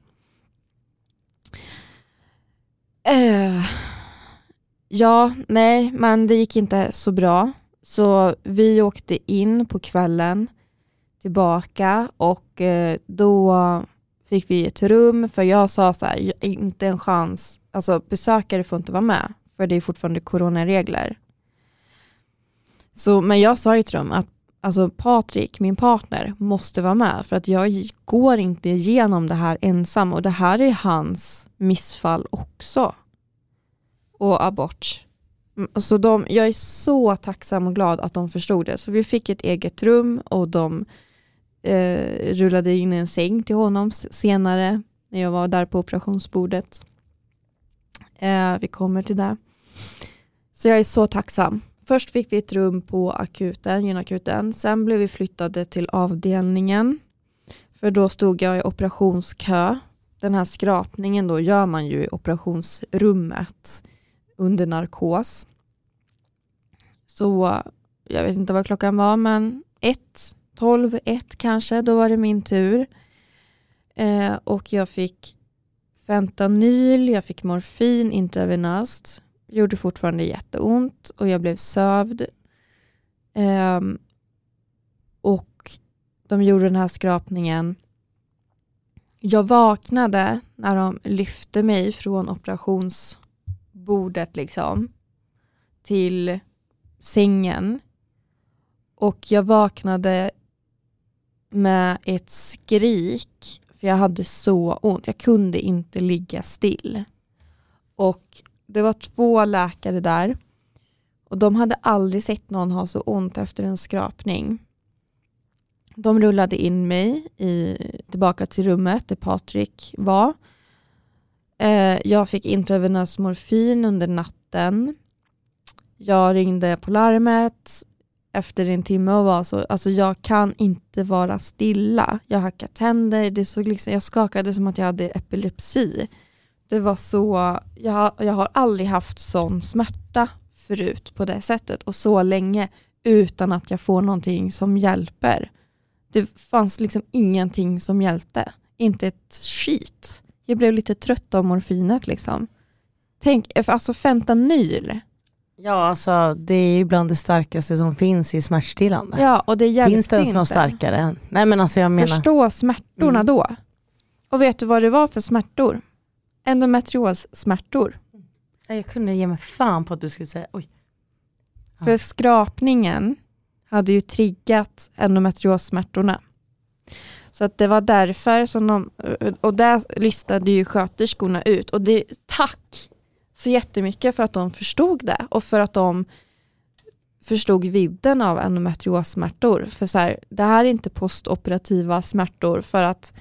Eh, ja, nej, men det gick inte så bra. Så vi åkte in på kvällen tillbaka och eh, då fick vi ett rum för jag sa så här, inte en chans, alltså besökare får inte vara med för det är fortfarande coronaregler. Så, men jag sa ju till dem att alltså Patrik, min partner, måste vara med för att jag går inte igenom det här ensam och det här är hans missfall också. Och abort. Så de, jag är så tacksam och glad att de förstod det. Så vi fick ett eget rum och de eh, rullade in en säng till honom senare när jag var där på operationsbordet. Eh, vi kommer till det. Så jag är så tacksam. Först fick vi ett rum på akuten, gynakuten. Sen blev vi flyttade till avdelningen. För då stod jag i operationskö. Den här skrapningen då gör man ju i operationsrummet under narkos. Så jag vet inte vad klockan var, men ett, tolv, ett kanske, då var det min tur. Eh, och jag fick fentanyl, jag fick morfin intravenöst. Gjorde fortfarande jätteont och jag blev sövd. Eh, och de gjorde den här skrapningen. Jag vaknade när de lyfte mig från operationsbordet liksom till sängen. Och jag vaknade med ett skrik för jag hade så ont. Jag kunde inte ligga still. Och det var två läkare där. Och de hade aldrig sett någon ha så ont efter en skrapning. De rullade in mig i, tillbaka till rummet där Patrik var. Eh, jag fick intravenös morfin under natten. Jag ringde på larmet efter en timme och var så, alltså jag kan inte vara stilla. Jag hackade tänder, det såg liksom, jag skakade som att jag hade epilepsi. Det var så, jag, jag har aldrig haft sån smärta förut på det sättet och så länge utan att jag får någonting som hjälper. Det fanns liksom ingenting som hjälpte. Inte ett skit. Jag blev lite trött av morfinet liksom. Tänk, alltså fentanyl. Ja, alltså det är ju bland det starkaste som finns i smärtstillande. Ja, och det hjälpte finns det ens inte. något starkare? Nej, men alltså jag menar... Förstå smärtorna mm. då. Och vet du vad det var för smärtor? Endometrios-smärtor. Jag kunde ge mig fan på att du skulle säga... Oj. Ja. För skrapningen hade ju triggat endometrios-smärtorna. Så att det var därför som de... Och där listade ju sköterskorna ut. Och det, tack så jättemycket för att de förstod det. Och för att de förstod vidden av endometrios-smärtor. För så här, det här är inte postoperativa smärtor. För att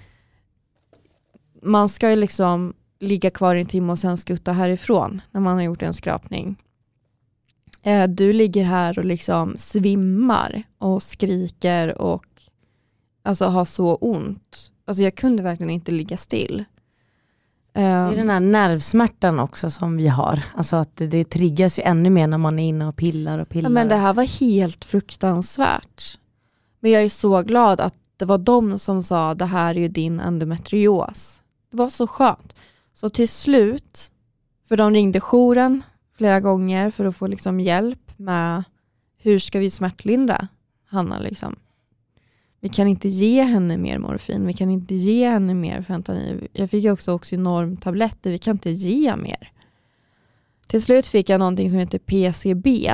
man ska ju liksom ligga kvar i en timme och sen skutta härifrån när man har gjort en skrapning. Eh, du ligger här och liksom svimmar och skriker och alltså har så ont. Alltså jag kunde verkligen inte ligga still. Det är den här nervsmärtan också som vi har. Alltså att det, det triggas ju ännu mer när man är inne och pillar och pillar. Ja, men det här var helt fruktansvärt. Men jag är så glad att det var de som sa det här är ju din endometrios. Det var så skönt. Så till slut, för de ringde jouren flera gånger för att få liksom hjälp med hur ska vi smärtlindra Hanna liksom. Vi kan inte ge henne mer morfin. Vi kan inte ge henne mer fentanyl. Jag fick också oxynorm-tabletter. Vi kan inte ge mer. Till slut fick jag någonting som heter P C B.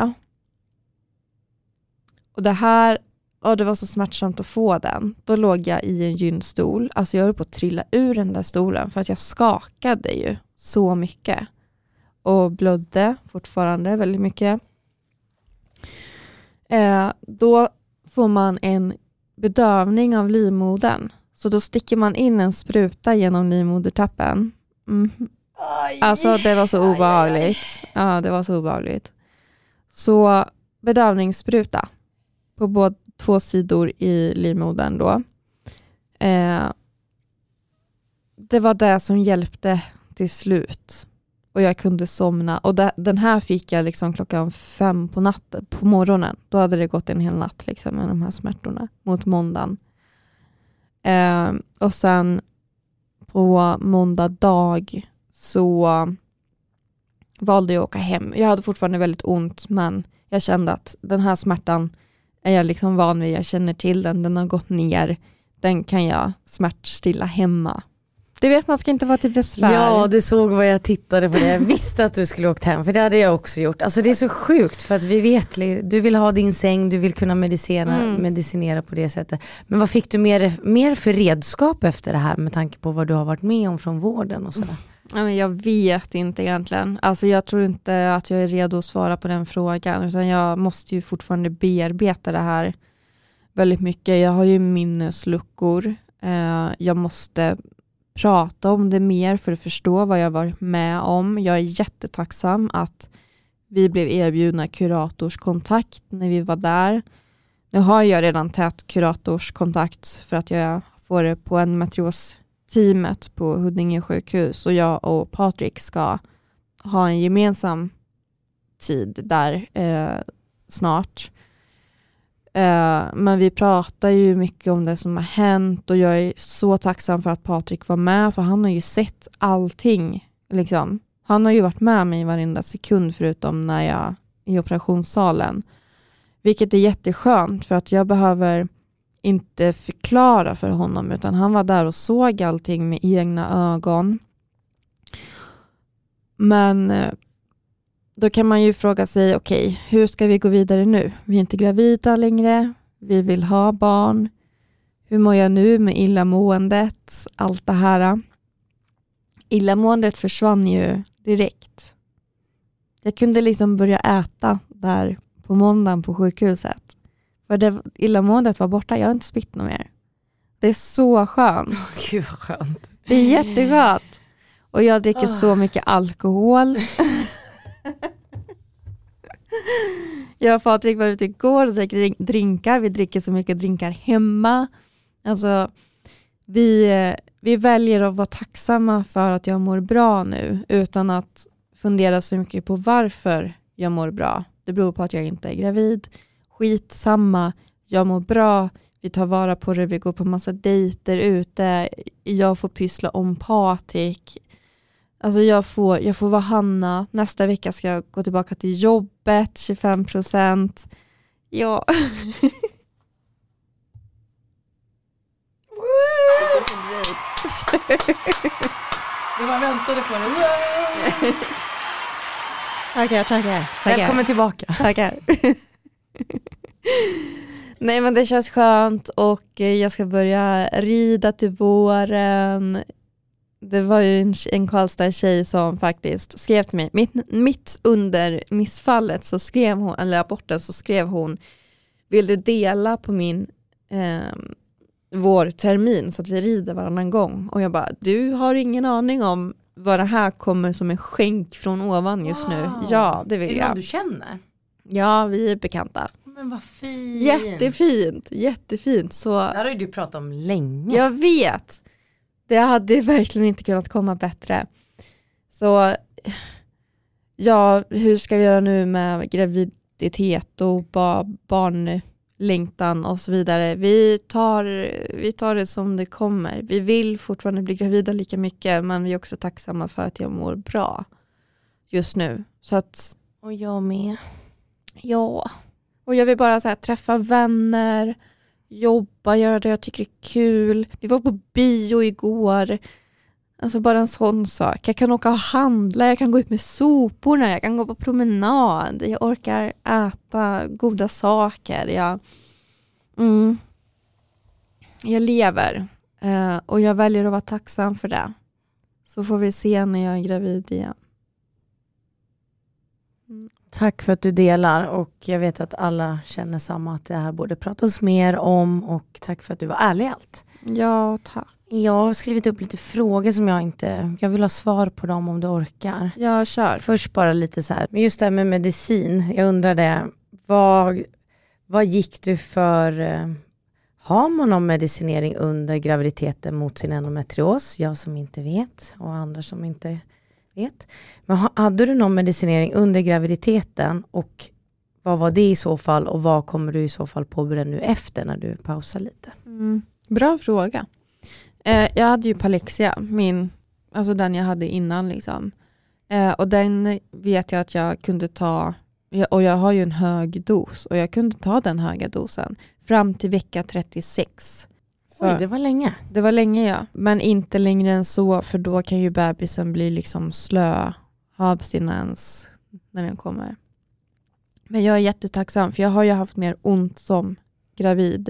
Och det här, ja, det var så smärtsamt att få den. Då låg jag i en gynstol. Alltså jag höll på att trilla ur den där stolen. För att jag skakade ju så mycket. Och blödde fortfarande väldigt mycket. Eh, då får man en bedövning av livmodern. Så då sticker man in en spruta genom livmodertappen. Mm. Alltså det var så obehagligt. Ja, det var så obehagligt. Så bedövningsspruta på både två sidor i livmodern då. Eh, det var det som hjälpte till slut. Och jag kunde somna. Och det, den här fick jag liksom klockan fem på natten, på morgonen. Då hade det gått en hel natt liksom, med de här smärtorna mot måndagen. Eh, och sen på måndag dag så valde jag att åka hem. Jag hade fortfarande väldigt ont, men jag kände att den här smärtan är jag liksom van vid. Jag känner till den, den har gått ner. Den kan jag smärtstilla hemma. Du vet, man ska inte vara till besvär. Ja, du såg vad jag tittade på det. Jag visste att du skulle åkt hem, för det hade jag också gjort. Alltså det är så sjukt, för att vi vet, du vill ha din säng, du vill kunna medicinera, mm. medicinera på det sättet. Men vad fick du mer, mer för redskap efter det här med tanke på vad du har varit med om från vården och sådär? Ja, men jag vet inte egentligen. Alltså jag tror inte att jag är redo att svara på den frågan, utan jag måste ju fortfarande bearbeta det här väldigt mycket. Jag har ju minnesluckor. Eh, jag måste prata om det mer för att förstå vad jag varit med om. Jag är jättetacksam att vi blev erbjudna kuratorskontakt när vi var där. Nu har jag redan tagit kuratorskontakt för att jag får det på endometrios-teamet på Huddinge sjukhus. Och jag och Patrik ska ha en gemensam tid där eh, snart. Men vi pratar ju mycket om det som har hänt och jag är så tacksam för att Patrik var med, för han har ju sett allting liksom. Han har ju varit med mig varenda sekund förutom när jag i operationssalen, vilket är jätteskönt för att jag behöver inte förklara för honom, utan han var där och såg allting med egna ögon. Men då kan man ju fråga sig, okej, okay, hur ska vi gå vidare nu? Vi är inte gravida längre, vi vill ha barn. Hur mår jag nu med illamåendet? Allt det här. Illamåendet försvann ju direkt. Jag kunde liksom börja äta där på måndagen på sjukhuset. För det, illamåendet var borta, jag har inte spytt något mer. Det är så skönt. Gud vad skönt. Det är jätteskönt. Och jag dricker oh. så mycket alkohol. Jag och Patrik var ute igår och dricker drinkar. Vi dricker så mycket drinkar hemma. Alltså, vi, vi väljer att vara tacksamma för att jag mår bra nu. Utan att fundera så mycket på varför jag mår bra. Det beror på att jag inte är gravid. Skitsamma. Jag mår bra. Vi tar vara på det. Vi går på massa dejter ute. Jag får pyssla om Patrik. Alltså jag får, jag får vara Hanna. Nästa vecka ska jag gå tillbaka till jobbet. tjugofem procent. Ja. Jag bara väntade på det. Tackar, tackar, tackar. Jag kommer tillbaka. Tackar. Nej, men det känns skönt och jag ska börja rida till våren. Det var ju en, en Karlstad tjej som faktiskt skrev till mig. Mitt, mitt under missfallet så skrev hon, eller aborten så skrev hon, vill du dela på min eh, vår termin så att vi rider varannan gång? Och jag bara, du har ingen aning om vad det här kommer som en skänk från ovan just wow. nu. Ja, det vill jag. Är det någon du känner? Ja, vi är bekanta. Men vad fint. Jättefint, jättefint. Så, det har ju du pratat om länge. Jag vet. Det hade verkligen inte kunnat komma bättre. Så ja, hur ska vi göra nu med graviditet och barnlängtan och så vidare? Vi tar, vi tar det som det kommer. Vi vill fortfarande bli gravida lika mycket, men vi är också tacksamma för att jag mår bra just nu. Så att, och jag med. Ja, och jag vill bara så här, träffa vänner, jobba, göra det jag tycker är kul. Vi var på bio igår. Alltså bara en sån sak. Jag kan åka och handla, jag kan gå ut med soporna, jag kan gå på promenad. Jag orkar äta goda saker. Jag, mm, jag lever. Uh, och jag väljer att vara tacksam för det. Så får vi se när jag är gravid igen. Mm. Tack för att du delar, och jag vet att alla känner samma, att det här borde pratas mer om, och tack för att du var ärlig allt. Ja, tack. Jag har skrivit upp lite frågor som jag inte, jag vill ha svar på dem om du orkar. Ja, kör. Först bara lite så här, men just det här med medicin, jag undrade, vad, vad gick du för, har man någon medicinering under graviditeten mot sin endometrios? Jag som inte vet, och andra som inte vet. Men hade du någon medicinering under graviditeten, och vad var det i så fall, och vad kommer du i så fall påbörja nu efter när du pausar lite? Mm. Bra fråga. Eh, jag hade ju Palexia, min, alltså den jag hade innan liksom. Eh, och den vet jag att jag kunde ta, och jag har ju en hög dos, och jag kunde ta den höga dosen fram till vecka trettiosex. Oj, det var länge. Det var länge, ja. Men inte längre än så, för då kan ju bebisen bli liksom slö, ha abstinens när den kommer. Men jag är jättetacksam, för jag har ju haft mer ont som gravid.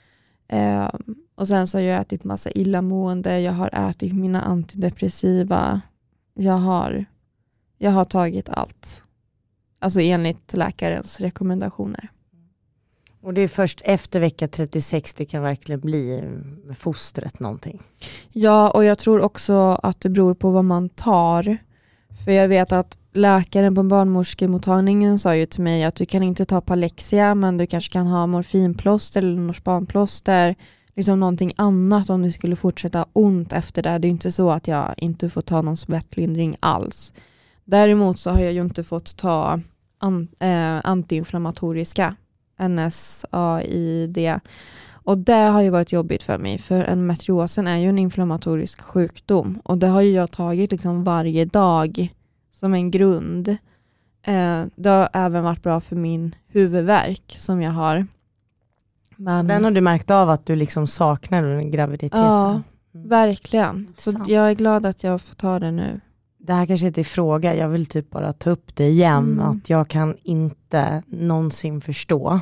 Eh, och sen så har jag ätit massa illamående, jag har ätit mina antidepressiva. Jag har, jag har tagit allt. Alltså enligt läkarens rekommendationer. Och det är först efter vecka trettiosex det kan verkligen bli med fostret någonting. Ja, och jag tror också att det beror på vad man tar. För jag vet att läkaren på barnmorskemottagningen sa ju till mig att du kan inte ta Palexia, men du kanske kan ha morfinplåster eller Norsbanplåster. Liksom någonting annat om du skulle fortsätta ont efter det. Det är inte så att jag inte får ta någon smärtlindring alls. Däremot så har jag ju inte fått ta an, eh, antiinflammatoriska N S A I D. Och det har ju varit jobbigt för mig, för endometriosen är ju en inflammatorisk sjukdom, och det har ju jag tagit liksom varje dag som en grund. Eh, det har även varit bra för min huvudvärk som jag har. Men den har du märkt av att du liksom saknar under graviditeten? Ja, verkligen. Så Sant. Jag är glad att jag får ta det nu. Det här kanske inte är fråga, jag vill typ bara ta upp det igen. Mm. Att jag kan inte någonsin förstå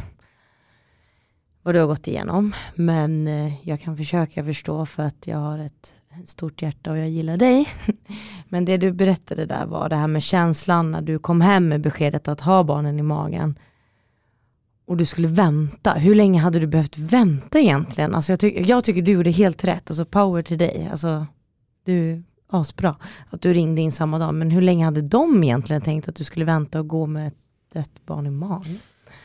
vad du har gått igenom. Men jag kan försöka förstå, för att jag har ett stort hjärta och jag gillar dig. Men det du berättade där var det här med känslan när du kom hem med beskedet att ha barnen i magen. Och du skulle vänta. Hur länge hade du behövt vänta egentligen? Alltså jag, ty- jag tycker du gjorde helt rätt. Alltså power till dig. Alltså du asbra att du ringde in samma dag. Men hur länge hade de egentligen tänkt att du skulle vänta och gå med ett dött barn i magen?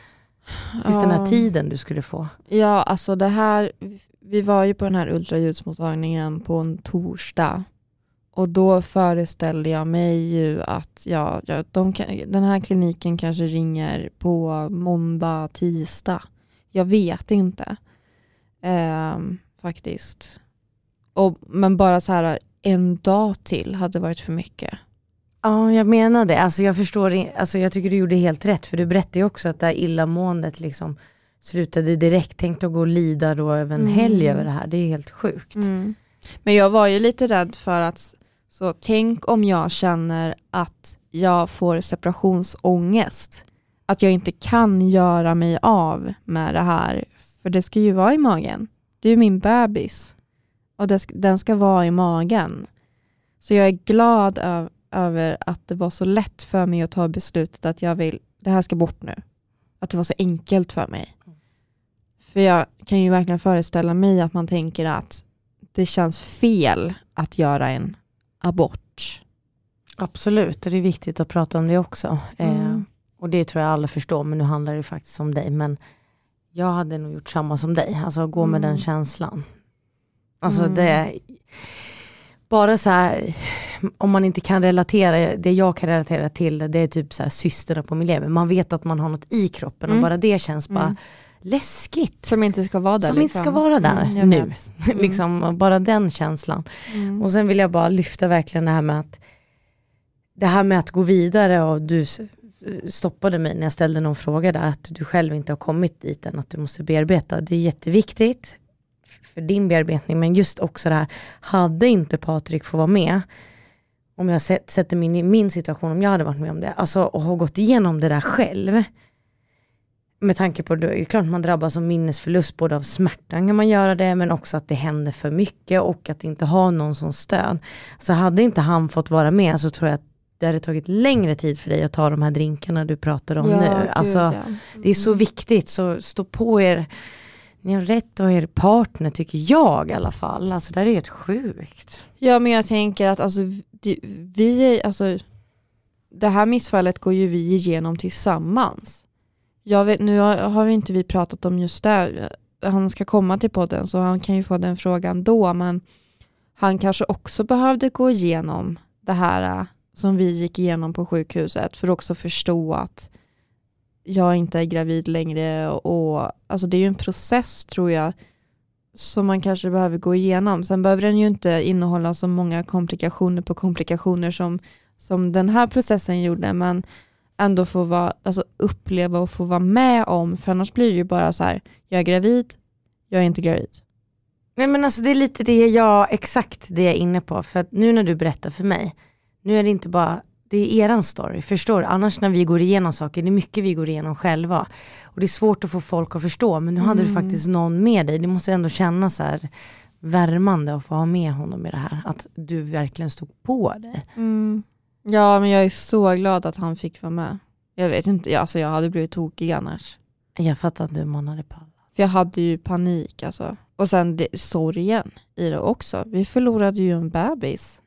Tills ja. den här tiden du skulle få. Ja, alltså det här, vi var ju på den här ultraljudsmottagningen på en torsdag. Och då föreställde jag mig ju att ja, ja, de kan, den här kliniken kanske ringer på måndag, tisdag. Jag vet inte. Ehm, faktiskt. Och, men bara så här en dag till hade varit för mycket. Ja, jag menar det. Alltså jag förstår, alltså jag tycker du gjorde helt rätt. För du berättade ju också att det här illamåendet liksom slutade direkt. Tänkte att gå och lida då över en mm. helg över det här. Det är helt sjukt. Mm. Men jag var ju lite rädd för att så tänk om jag känner att jag får separationsångest. Att jag inte kan göra mig av med det här. För det ska ju vara i magen. Det är ju min bebis. Och det ska, den ska vara i magen. Så jag är glad över, över att det var så lätt för mig att ta beslutet att jag vill, det här ska bort nu. Att det var så enkelt för mig. För jag kan ju verkligen föreställa mig att man tänker att det känns fel att göra en abort. Absolut, och det är viktigt att prata om det också. Mm. Eh, och det tror jag alla förstår, men nu handlar det faktiskt om dig. Men jag hade nog gjort samma som dig. Alltså gå med mm. den känslan. Alltså mm. det bara så här, om man inte kan relatera, det jag kan relatera till, det är typ så här systrarna på min lever. Man vet att man har något i kroppen mm. och bara det känns bara mm. läskigt. Som inte ska vara där. Som liksom. inte ska vara där mm, nu. Mm. liksom bara den känslan. Mm. Och sen vill jag bara lyfta verkligen det här med att det här med att gå vidare, och du stoppade mig när jag ställde någon fråga där, att du själv inte har kommit dit än, att du måste bearbeta. Det är jätteviktigt för din bearbetning, men just också det här, hade inte Patrik få vara med, om jag sätter mig in i min situation, om jag hade varit med om det, alltså och har gått igenom det där själv, med tanke på, det är klart man drabbas av minnesförlust, både av smärtan kan man göra det, men också att det händer för mycket och att inte ha någon som stöd. Så hade inte han fått vara med, så tror jag att det hade tagit längre tid för dig att ta de här drinkarna du pratar om ja, nu. Alltså, ja. mm. Det är så viktigt, så stå på er. Ni har rätt att er partner, tycker jag i alla fall. Alltså det är helt sjukt. Ja, men jag tänker att alltså, det, vi, alltså, det här missfallet går ju vi igenom tillsammans. Jag vet, nu har, har vi inte vi pratat om just det. Han ska komma till podden, så han kan ju få den frågan då. Men han kanske också behövde gå igenom det här som vi gick igenom på sjukhuset, för att också förstå att jag inte är gravid längre. Och, alltså det är ju en process, tror jag, som man kanske behöver gå igenom. Sen behöver den ju inte innehålla så många komplikationer på komplikationer som, som den här processen gjorde, men ändå få vara, alltså uppleva och få vara med om, för annars blir det ju bara så här, jag är gravid, jag är inte gravid. Nej, men alltså det är lite det jag, exakt det jag är inne på, för att nu när du berättar för mig, nu är det inte bara, det är eran story, förstår du? Annars när vi går igenom saker, det är mycket vi går igenom själva. Och det är svårt att få folk att förstå, men nu hade mm. du faktiskt någon med dig. Det måste ändå kännas så här värmande att få ha med honom i det här. Att du verkligen stod på dig. Mm. Ja, men jag är så glad att han fick vara med. Jag vet inte, alltså jag hade blivit tokig annars. Jag fattar att du manade på. För jag hade ju panik alltså. Och sen det, sorgen i det också. Vi förlorade ju en bebis.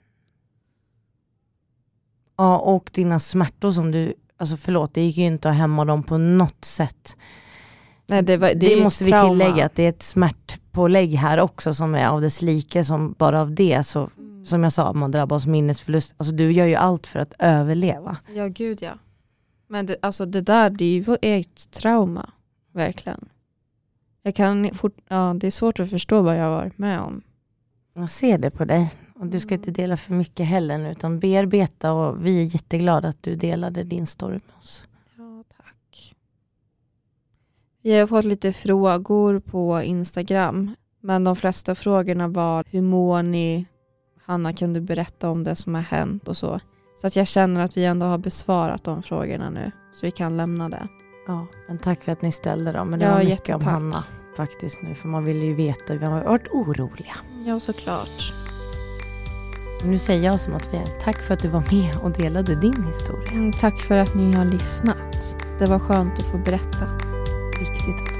Ja, och dina smärtor som du, alltså förlåt, det gick ju inte att hämma dem på något sätt. Nej, det, var, det, det måste vi tillägga, att det är ett smärtpålägg här också som är av dess like, som bara av det, så mm. som jag sa, man drabbas minnesförlust. Alltså du gör ju allt för att överleva. Ja, gud ja. Men det, alltså det där, det är ju ett trauma, verkligen. Jag kan fort, ja, det är svårt att förstå vad jag har varit med om. Jag ser det på dig. Och du ska inte dela för mycket heller nu, utan bearbeta, och vi är jätteglada att du delade din story med oss. Ja, tack. Jag har fått lite frågor på Instagram, men de flesta frågorna var: hur mår ni? Hanna, kan du berätta om det som har hänt och så? Så att jag känner att vi ändå har besvarat de frågorna nu, så vi kan lämna det. Ja, men tack för att ni ställde dem. Men det ja, var mycket jättetack. Om Hanna faktiskt nu, för man vill ju veta, vi har varit oroliga. Ja, såklart. Nu säger jag som att vi är tack för att du var med och delade din historia. Mm, tack för att ni har lyssnat. Det var skönt att få berätta. Viktigt